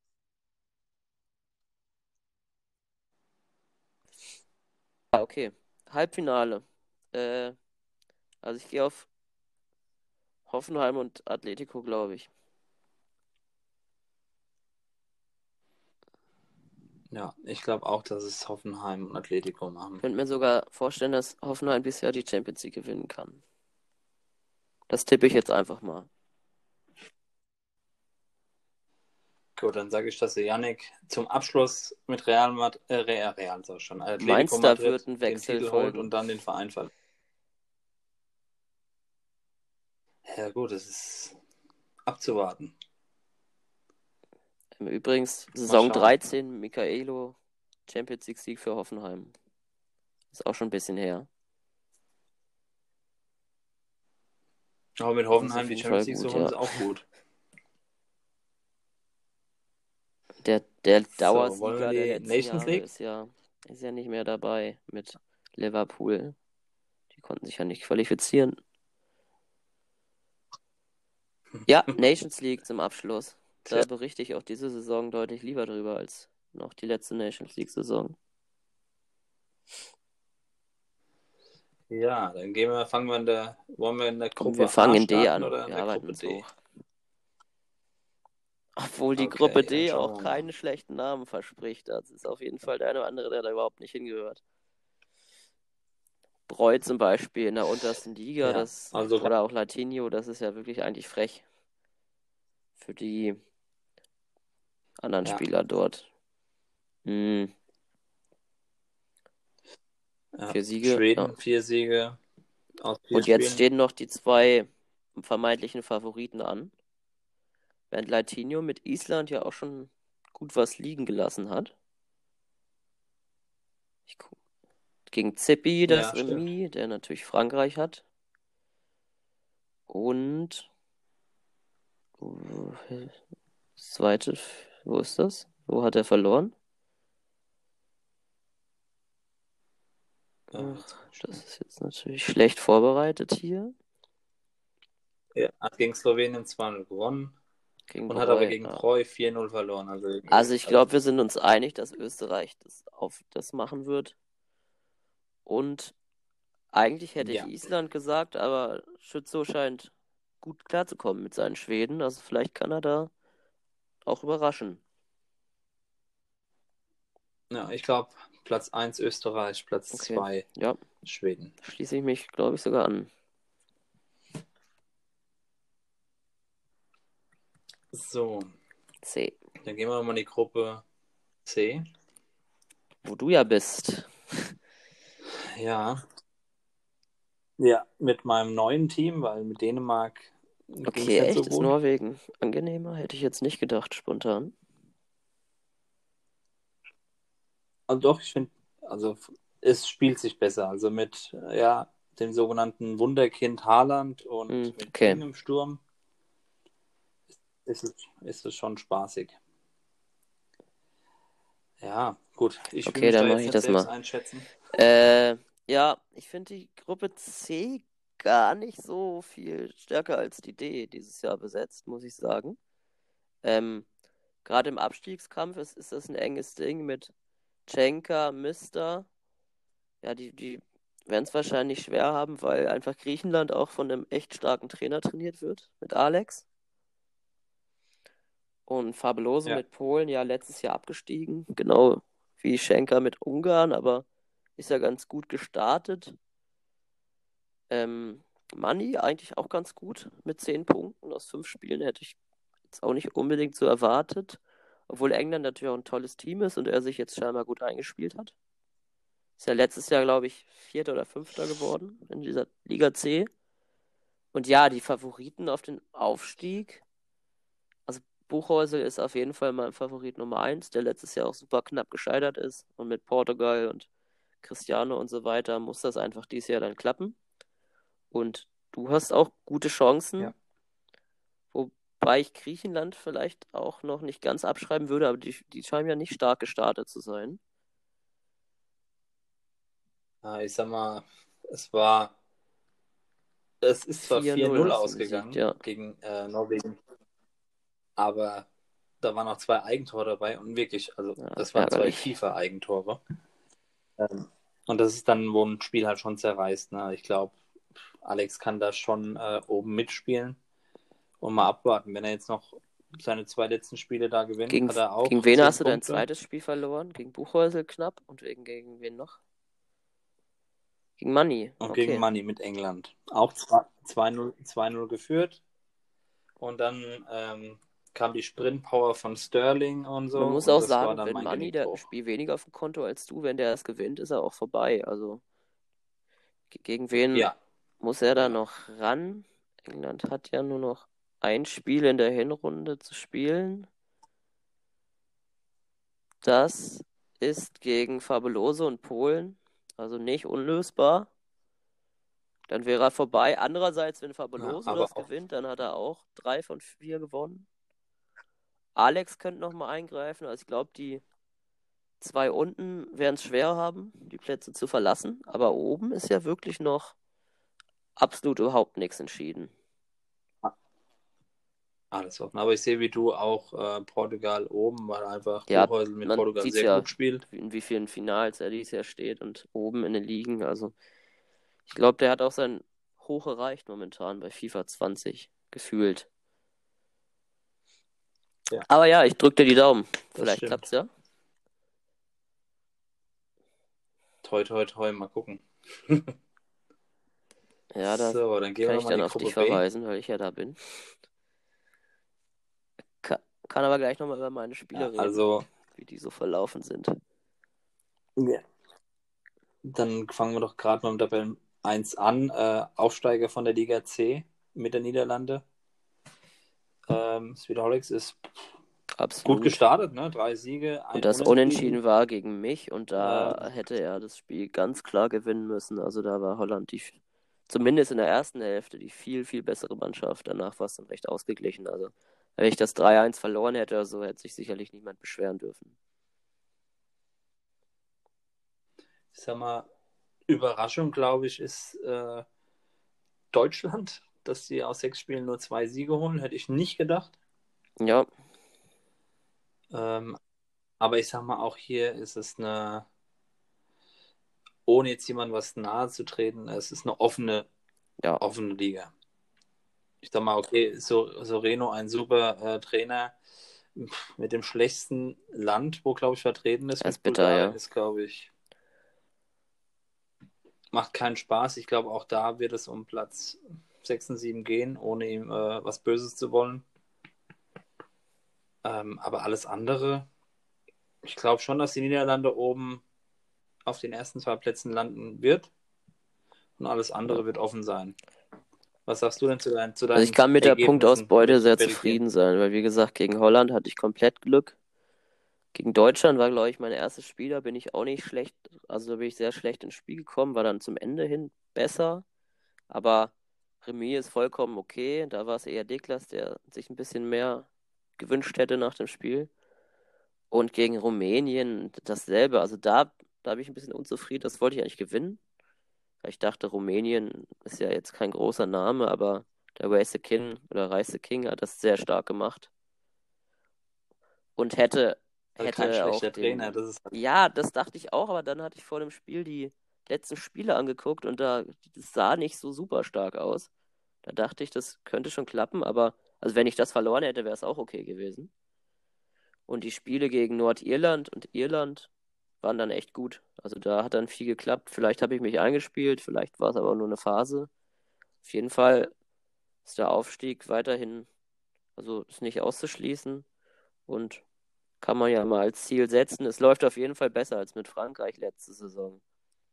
Ah, okay. Halbfinale. Also ich gehe auf Hoffenheim und Atletico, glaube ich. Ja, ich glaube auch, dass es Hoffenheim und Atletico machen. Ich könnte mir sogar vorstellen, dass Hoffenheim bisher die Champions League gewinnen kann. Das tippe ich jetzt einfach mal. Gut, dann sage ich, dass der Yannick zum Abschluss mit Real sag ich schon, Atletico Meinst du, da Madrid wird ein den Wechsel Titel holt folgen? und dann den Verein verliert. Ja gut, es ist abzuwarten. Übrigens, Saison schauen. 13, Michaelo, Champions League Sieg für Hoffenheim. Ist auch schon ein bisschen her. Aber mit Das ist Hoffenheim auf die jeden Champions Fall League gut, zu holen, ja. ist auch gut. Der wollen Dauersieger wir der die letzten Nations Jahre League? ist ja nicht mehr dabei mit Liverpool. Die konnten sich ja nicht qualifizieren. Ja, Nations League zum Abschluss. Da Tja. berichte ich auch diese Saison deutlich lieber drüber als noch die letzte Nations League-Saison. Ja, dann wollen wir in der Gruppe Wir fangen A in D starten an. oder in Wir der arbeiten Gruppe uns D? hoch. Obwohl die Okay, Gruppe dann D schauen auch wir mal. keinen schlechten Namen verspricht. Das ist auf jeden Fall der eine oder andere, der da überhaupt nicht hingehört. Breu zum Beispiel in der untersten Liga, Ja, also oder auch Latinho, das ist ja wirklich eigentlich frech für die anderen Ja. Spieler dort. ja, 4 Siege. Schweden, Ja. 4 Siege aus 4 Und jetzt Spielen. stehen noch die 2 vermeintlichen Favoriten an. Während Latinho mit Island ja auch schon gut was liegen gelassen hat. Gegen Zippi, das Ja, stimmt. Remis, der natürlich Frankreich hat. Und das zweite, wo ist das? Wo hat er verloren? Ach, das ist jetzt natürlich schlecht vorbereitet hier. Er hat gegen Slowenien 2-0 gewonnen Gegen und hat aber Breu, gegen ja. Breu 4-0 verloren. Also ich glaube, wir sind uns einig, dass Österreich das machen wird. Und eigentlich hätte ich Ja. Island gesagt, aber Schützow scheint gut klarzukommen mit seinen Schweden. Also vielleicht kann er da auch überraschen. Ja, ich glaube, Platz 1 Österreich, Platz Okay. 2 Ja, Schweden. schließe ich mich, glaube ich, sogar an. So, C. dann gehen wir mal in die Gruppe C. Wo du ja bist. Ja. Ja, mit meinem neuen Team, weil mit Dänemark ging es Okay, nicht echt? so Ist gut. Norwegen angenehmer? Hätte ich jetzt nicht gedacht, spontan. Also doch, ich finde, also es spielt sich besser. Also mit dem sogenannten Wunderkind Haaland und mit Okay. King im Sturm ist es schon spaßig. Ja, gut. Ich will Okay, mich dann da mache jetzt ich nicht das selbst mal. einschätzen. Ja, ich finde die Gruppe C gar nicht so viel stärker als die D dieses Jahr besetzt, muss ich sagen. Gerade im Abstiegskampf ist das ein enges Ding mit Cenka, Mister. Ja, die werden es wahrscheinlich schwer haben, weil einfach Griechenland auch von einem echt starken Trainer trainiert wird, mit Alex. Und Fabuloso Ja. mit Polen, ja, letztes Jahr abgestiegen, genau wie Schenker mit Ungarn, aber ist ja ganz gut gestartet. Money eigentlich auch ganz gut mit 10 Punkten aus 5 Spielen, hätte ich jetzt auch nicht unbedingt so erwartet. Obwohl England natürlich auch ein tolles Team ist und er sich jetzt scheinbar gut eingespielt hat. Ist ja letztes Jahr, glaube ich, Vierter oder Fünfter geworden in dieser Liga C. Und ja, die Favoriten auf den Aufstieg. Also Buchhäusl ist auf jeden Fall mein Favorit Nummer 1, der letztes Jahr auch super knapp gescheitert ist. Und mit Portugal und Cristiano und so weiter muss das einfach dieses Jahr dann klappen. Und du hast auch gute Chancen. Ja. Wobei ich Griechenland vielleicht auch noch nicht ganz abschreiben würde, aber die scheinen ja nicht stark gestartet zu sein. Ich sag mal, es ist zwar 4-0 4-0 hast du besiegt, ausgegangen ja. gegen Norwegen, aber da waren auch 2 Eigentore dabei und wirklich, also Ja, das waren 2 ärgerlich. FIFA-Eigentore. Und das ist dann, wo ein Spiel halt schon zerreißt. Ne? Ich glaube, Alex kann da schon oben mitspielen und mal abwarten. Wenn er jetzt noch seine 2 letzten Spiele da gewinnt, hat er auch Gegen wen 10 hast du dein Punkte. zweites Spiel verloren? Gegen Buchhäusl knapp und gegen wen noch? Gegen Money. Und Okay. gegen Money mit England. Auch 2-0 geführt. Und dann kam die Sprintpower von Sterling und so. Man muss und auch das war sagen, dann wenn mein Money, der hat ein Genickbruch. Spiel weniger auf dem Konto als du, wenn der es gewinnt, ist er auch vorbei. Also gegen wen Ja, muss er da Ja. noch ran? England hat ja nur noch ein Spiel in der Hinrunde zu spielen. Das ist gegen Fabuloso und Polen. Also nicht unlösbar. Dann wäre er vorbei. Andererseits, wenn Fabuloso aber das auch gewinnt, dann hat er auch 3 von 4 gewonnen. Alex könnte nochmal eingreifen. Also ich glaube, die 2 unten werden es schwer haben, die Plätze zu verlassen. Aber oben ist ja wirklich noch absolut überhaupt nichts entschieden. alles offen. Aber ich sehe wie du auch Portugal oben, weil einfach Ja, Buchhäusl mit man Portugal sieht sehr ja, gut spielt. in wie vielen Finals er dieses Jahr steht und oben in den Ligen. Also ich glaube, der hat auch sein Hoch erreicht momentan bei FIFA 20, gefühlt. Ja. Aber ja, ich drücke dir die Daumen. Vielleicht stimmt. klappt's ja. Toi, toi, toi, mal gucken. Ja, da So, dann gehen kann wir ich mal in dann die auf Gruppe dich B. verweisen, weil ich ja da bin. Kann aber gleich nochmal über meine Spiele reden, Also, wie die so verlaufen sind. ja. Dann fangen wir doch gerade mal mit Tabellen 1 an. Aufsteiger von der Liga C mit der Niederlande. Swedholics ist Absolut. gut gestartet, ne? 3 Siege, ein Und das Unentschieden war gegen mich und da hätte er das Spiel ganz klar gewinnen müssen. Also da war Holland zumindest in der ersten Hälfte die viel, viel bessere Mannschaft. Danach war es dann recht ausgeglichen. Also wenn ich das 3-1 verloren hätte oder so, hätte sich sicherlich niemand beschweren dürfen. Ich sag mal, Überraschung, glaube ich, ist Deutschland, dass sie aus 6 Spielen nur 2 Siege holen. Hätte ich nicht gedacht. Ja, Aber ich sag mal, auch hier ist es ohne jetzt jemandem was nahe zu treten, es ist eine offene Liga. Ich sag mal, okay, Soreno, ein super Trainer mit dem schlechtesten Land, wo, glaube ich, vertreten ist. Das ist Mit bitter, Bulgarien ja. ist, glaube ich, macht keinen Spaß. Ich glaube, auch da wird es um Platz 6 und 7 gehen, ohne ihm was Böses zu wollen. Aber alles andere, ich glaube schon, dass die Niederlande oben auf den ersten 2 Plätzen landen wird. Und alles andere wird offen sein. Was sagst du denn zu Also deinen ich kann mit der Ergebnissen Punktausbeute mit sehr Belgien? zufrieden sein, weil wie gesagt, gegen Holland hatte ich komplett Glück. Gegen Deutschland war, glaube ich, mein erstes Spiel, da bin ich auch nicht schlecht, also da bin ich sehr schlecht ins Spiel gekommen, war dann zum Ende hin besser, aber Remis ist vollkommen okay, da war es eher Deklas, der sich ein bisschen mehr gewünscht hätte nach dem Spiel. Und gegen Rumänien dasselbe, also da bin ich ein bisschen unzufrieden, das wollte ich eigentlich gewinnen, weil ich dachte, Rumänien ist ja jetzt kein großer Name, aber der Race the King hat das sehr stark gemacht und Kein hätte auch schlechter Trainer, das ist ja, das dachte ich auch, aber dann hatte ich vor dem Spiel die letzten Spiele angeguckt und das sah nicht so super stark aus. Da dachte ich, das könnte schon klappen, aber also wenn ich das verloren hätte, wäre es auch okay gewesen. Und die Spiele gegen Nordirland und Irland waren dann echt gut. Also da hat dann viel geklappt. Vielleicht habe ich mich eingespielt, vielleicht war es aber nur eine Phase. Auf jeden Fall ist der Aufstieg weiterhin, also ist nicht auszuschließen und kann man ja mal als Ziel setzen. Es läuft auf jeden Fall besser als mit Frankreich letzte Saison.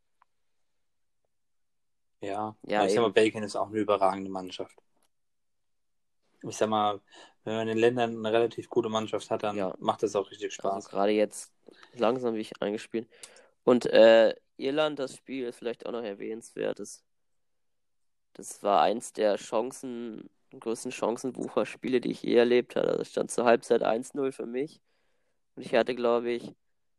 ja. Ja, Ich sag mal, eben. Belgien ist auch eine überragende Mannschaft. Ich sag mal, wenn man in den Ländern eine relativ gute Mannschaft hat, dann Ja. macht das auch richtig Also Spaß. gerade jetzt langsam wie ich eingespielt. Und Irland, das Spiel ist vielleicht auch noch erwähnenswert. Das war eins der größten Chancenwucherspiele, die ich je erlebt habe. Also es stand zur Halbzeit 1:0 für mich. Und ich hatte, glaube ich,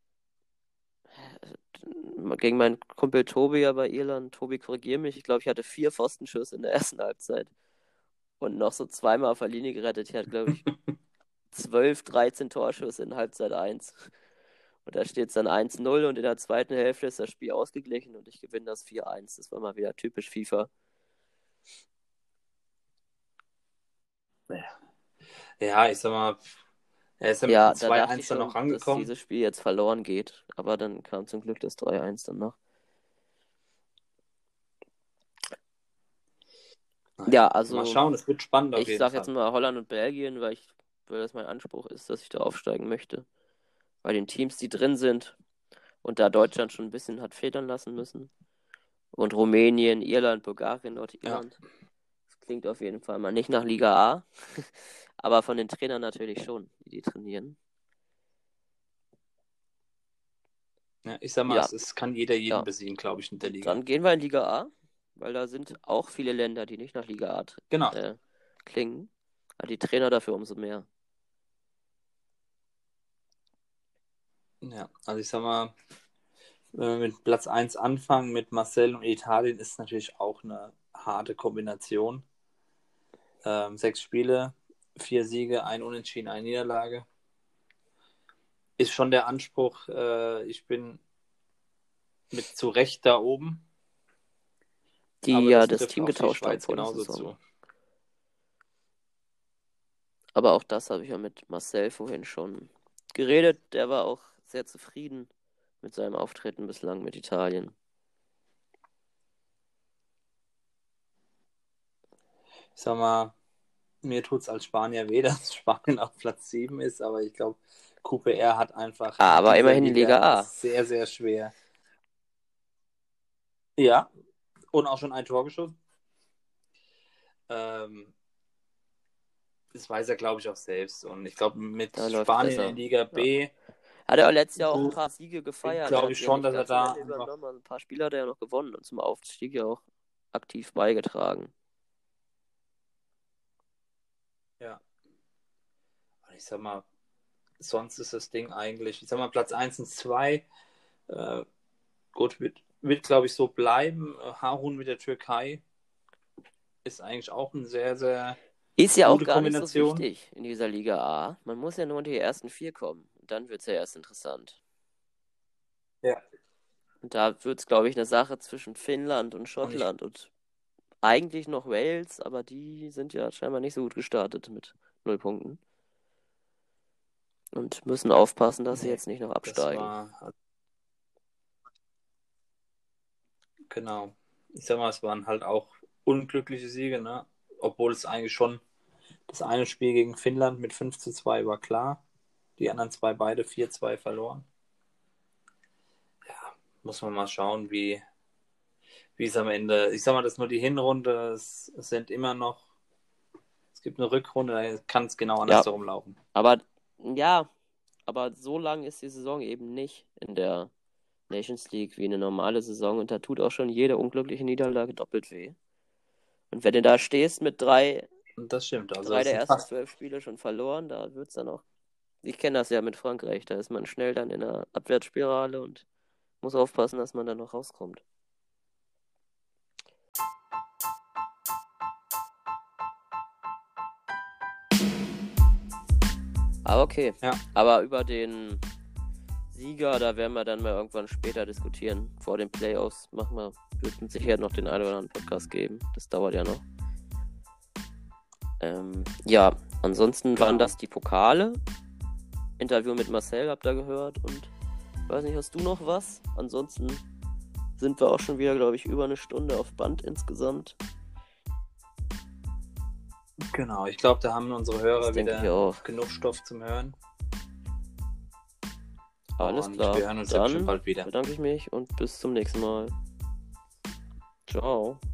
gegen meinen Kumpel Tobi ja bei Irland, Tobi, korrigier mich, ich glaube, ich hatte 4 Pfostenschüsse in der ersten Halbzeit. Und noch so zweimal auf der Linie gerettet. Ich hatte, glaube ich, 12, 13 Torschüsse in Halbzeit 1. Und da steht es dann 1:0 und in der zweiten Hälfte ist das Spiel ausgeglichen und ich gewinne das 4:1. Das war mal wieder typisch FIFA. Ja, ich sag mal, er ist ja mit Ja, dem da dachte 2-1 ich dann noch schon, dass rangekommen. dieses Spiel jetzt verloren geht. Aber dann kam zum Glück das 3:1 dann noch. Ja, Mal also schauen, es wird spannend auf ich jeden sage jetzt Fall. mal Holland und Belgien, weil das mein Anspruch ist, dass ich da aufsteigen möchte. Bei den Teams, die drin sind und da Deutschland schon ein bisschen hat federn lassen müssen. Und Rumänien, Irland, Bulgarien, Ja, Nordirland. Das klingt auf jeden Fall mal nicht nach Liga A, aber von den Trainern natürlich schon, die trainieren. ja, ich sag mal, Ja, es kann jeder jeden ja. besiegen, glaube ich, in der Liga. Dann gehen wir in Liga A, weil da sind auch viele Länder, die nicht nach Liga A Genau. klingen. Aber die Trainer dafür umso mehr. Ja, also ich sag mal, wenn wir mit Platz 1 anfangen, mit Marcel und Italien, ist natürlich auch eine harte Kombination. 6 Spiele, 4 Siege, 1 Unentschieden, 1 Niederlage. Ist schon der Anspruch, ich bin mit zu Recht da oben. Die Aber ja das das trifft Team auf die getauscht haben Schweiz vor der genauso Saison. zu. Aber auch das habe ich ja mit Marcel vorhin schon geredet. Der war auch sehr zufrieden mit seinem Auftreten bislang mit Italien. Ich sag mal, mir tut es als Spanier weh, dass Spanien auf Platz 7 ist, aber ich glaube, QPR hat einfach in Aber dieser immerhin Liga Liga A. sehr, sehr schwer. Ja, und auch schon ein Tor geschossen. Das weiß er, glaube ich, auch selbst. Und ich glaube, mit Da läuft Spanien besser. in Liga B, Ja. Hat er auch letztes Jahr auch ein paar Siege gefeiert. Er glaube hat ich sie ja schon, nicht dass er ganz am da Ende einfach. übernommen. Also ein paar Spiele hat er ja noch gewonnen und zum Aufstieg ja auch aktiv beigetragen. Ja. Und ich sag mal, sonst ist das Ding eigentlich, ich sag mal, Platz 1 und 2, gut, wird glaube ich, so bleiben. Harun mit der Türkei ist eigentlich auch eine sehr, sehr Ist ja auch gute gar nicht so Kombination. wichtig in dieser Liga A. Man muss ja nur in die ersten 4 kommen. Und dann wird es ja erst interessant. Ja. Und da wird es, glaube ich, eine Sache zwischen Finnland und Schottland und eigentlich noch Wales, aber die sind ja scheinbar nicht so gut gestartet mit 0 Punkten. Und müssen aufpassen, dass sie Nee, jetzt nicht noch Das absteigen. war, genau. Ich sag mal, es waren halt auch unglückliche Siege, ne? Obwohl es eigentlich schon das eine Spiel gegen Finnland mit 5:2 war klar. Die anderen zwei beide 4:2 verloren. Ja, muss man mal schauen, wie es am Ende. Ich sag mal, das ist nur die Hinrunde. Es sind immer noch. Es gibt eine Rückrunde, da kann es genau andersherum laufen. Aber aber so lang ist die Saison eben nicht in der Nations League wie eine normale Saison und da tut auch schon jede unglückliche Niederlage doppelt weh. Und wenn du da stehst mit drei Und das stimmt. Also der es sind ersten fast 12 Spiele schon verloren, da wird's dann auch. Ich kenne das ja mit Frankreich, da ist man schnell dann in einer Abwärtsspirale und muss aufpassen, dass man da noch rauskommt. Aber okay. Ja. Aber über den Sieger, da werden wir dann mal irgendwann später diskutieren. Vor den Playoffs wird mit Sicherheit noch den einen oder anderen Podcast geben. Das dauert ja noch. Ja, ansonsten Genau. waren das die Pokale. Interview mit Marcel habt ihr gehört und weiß nicht, hast du noch was? Ansonsten sind wir auch schon wieder, glaube ich, über eine Stunde auf Band insgesamt. Genau, ich glaube, da haben unsere Hörer Das denke ich wieder auch. genug Stoff zum Hören. Alles Und klar. wir hören uns ja Dann bestimmt bald wieder. bedanke ich mich und bis zum nächsten Mal. Ciao.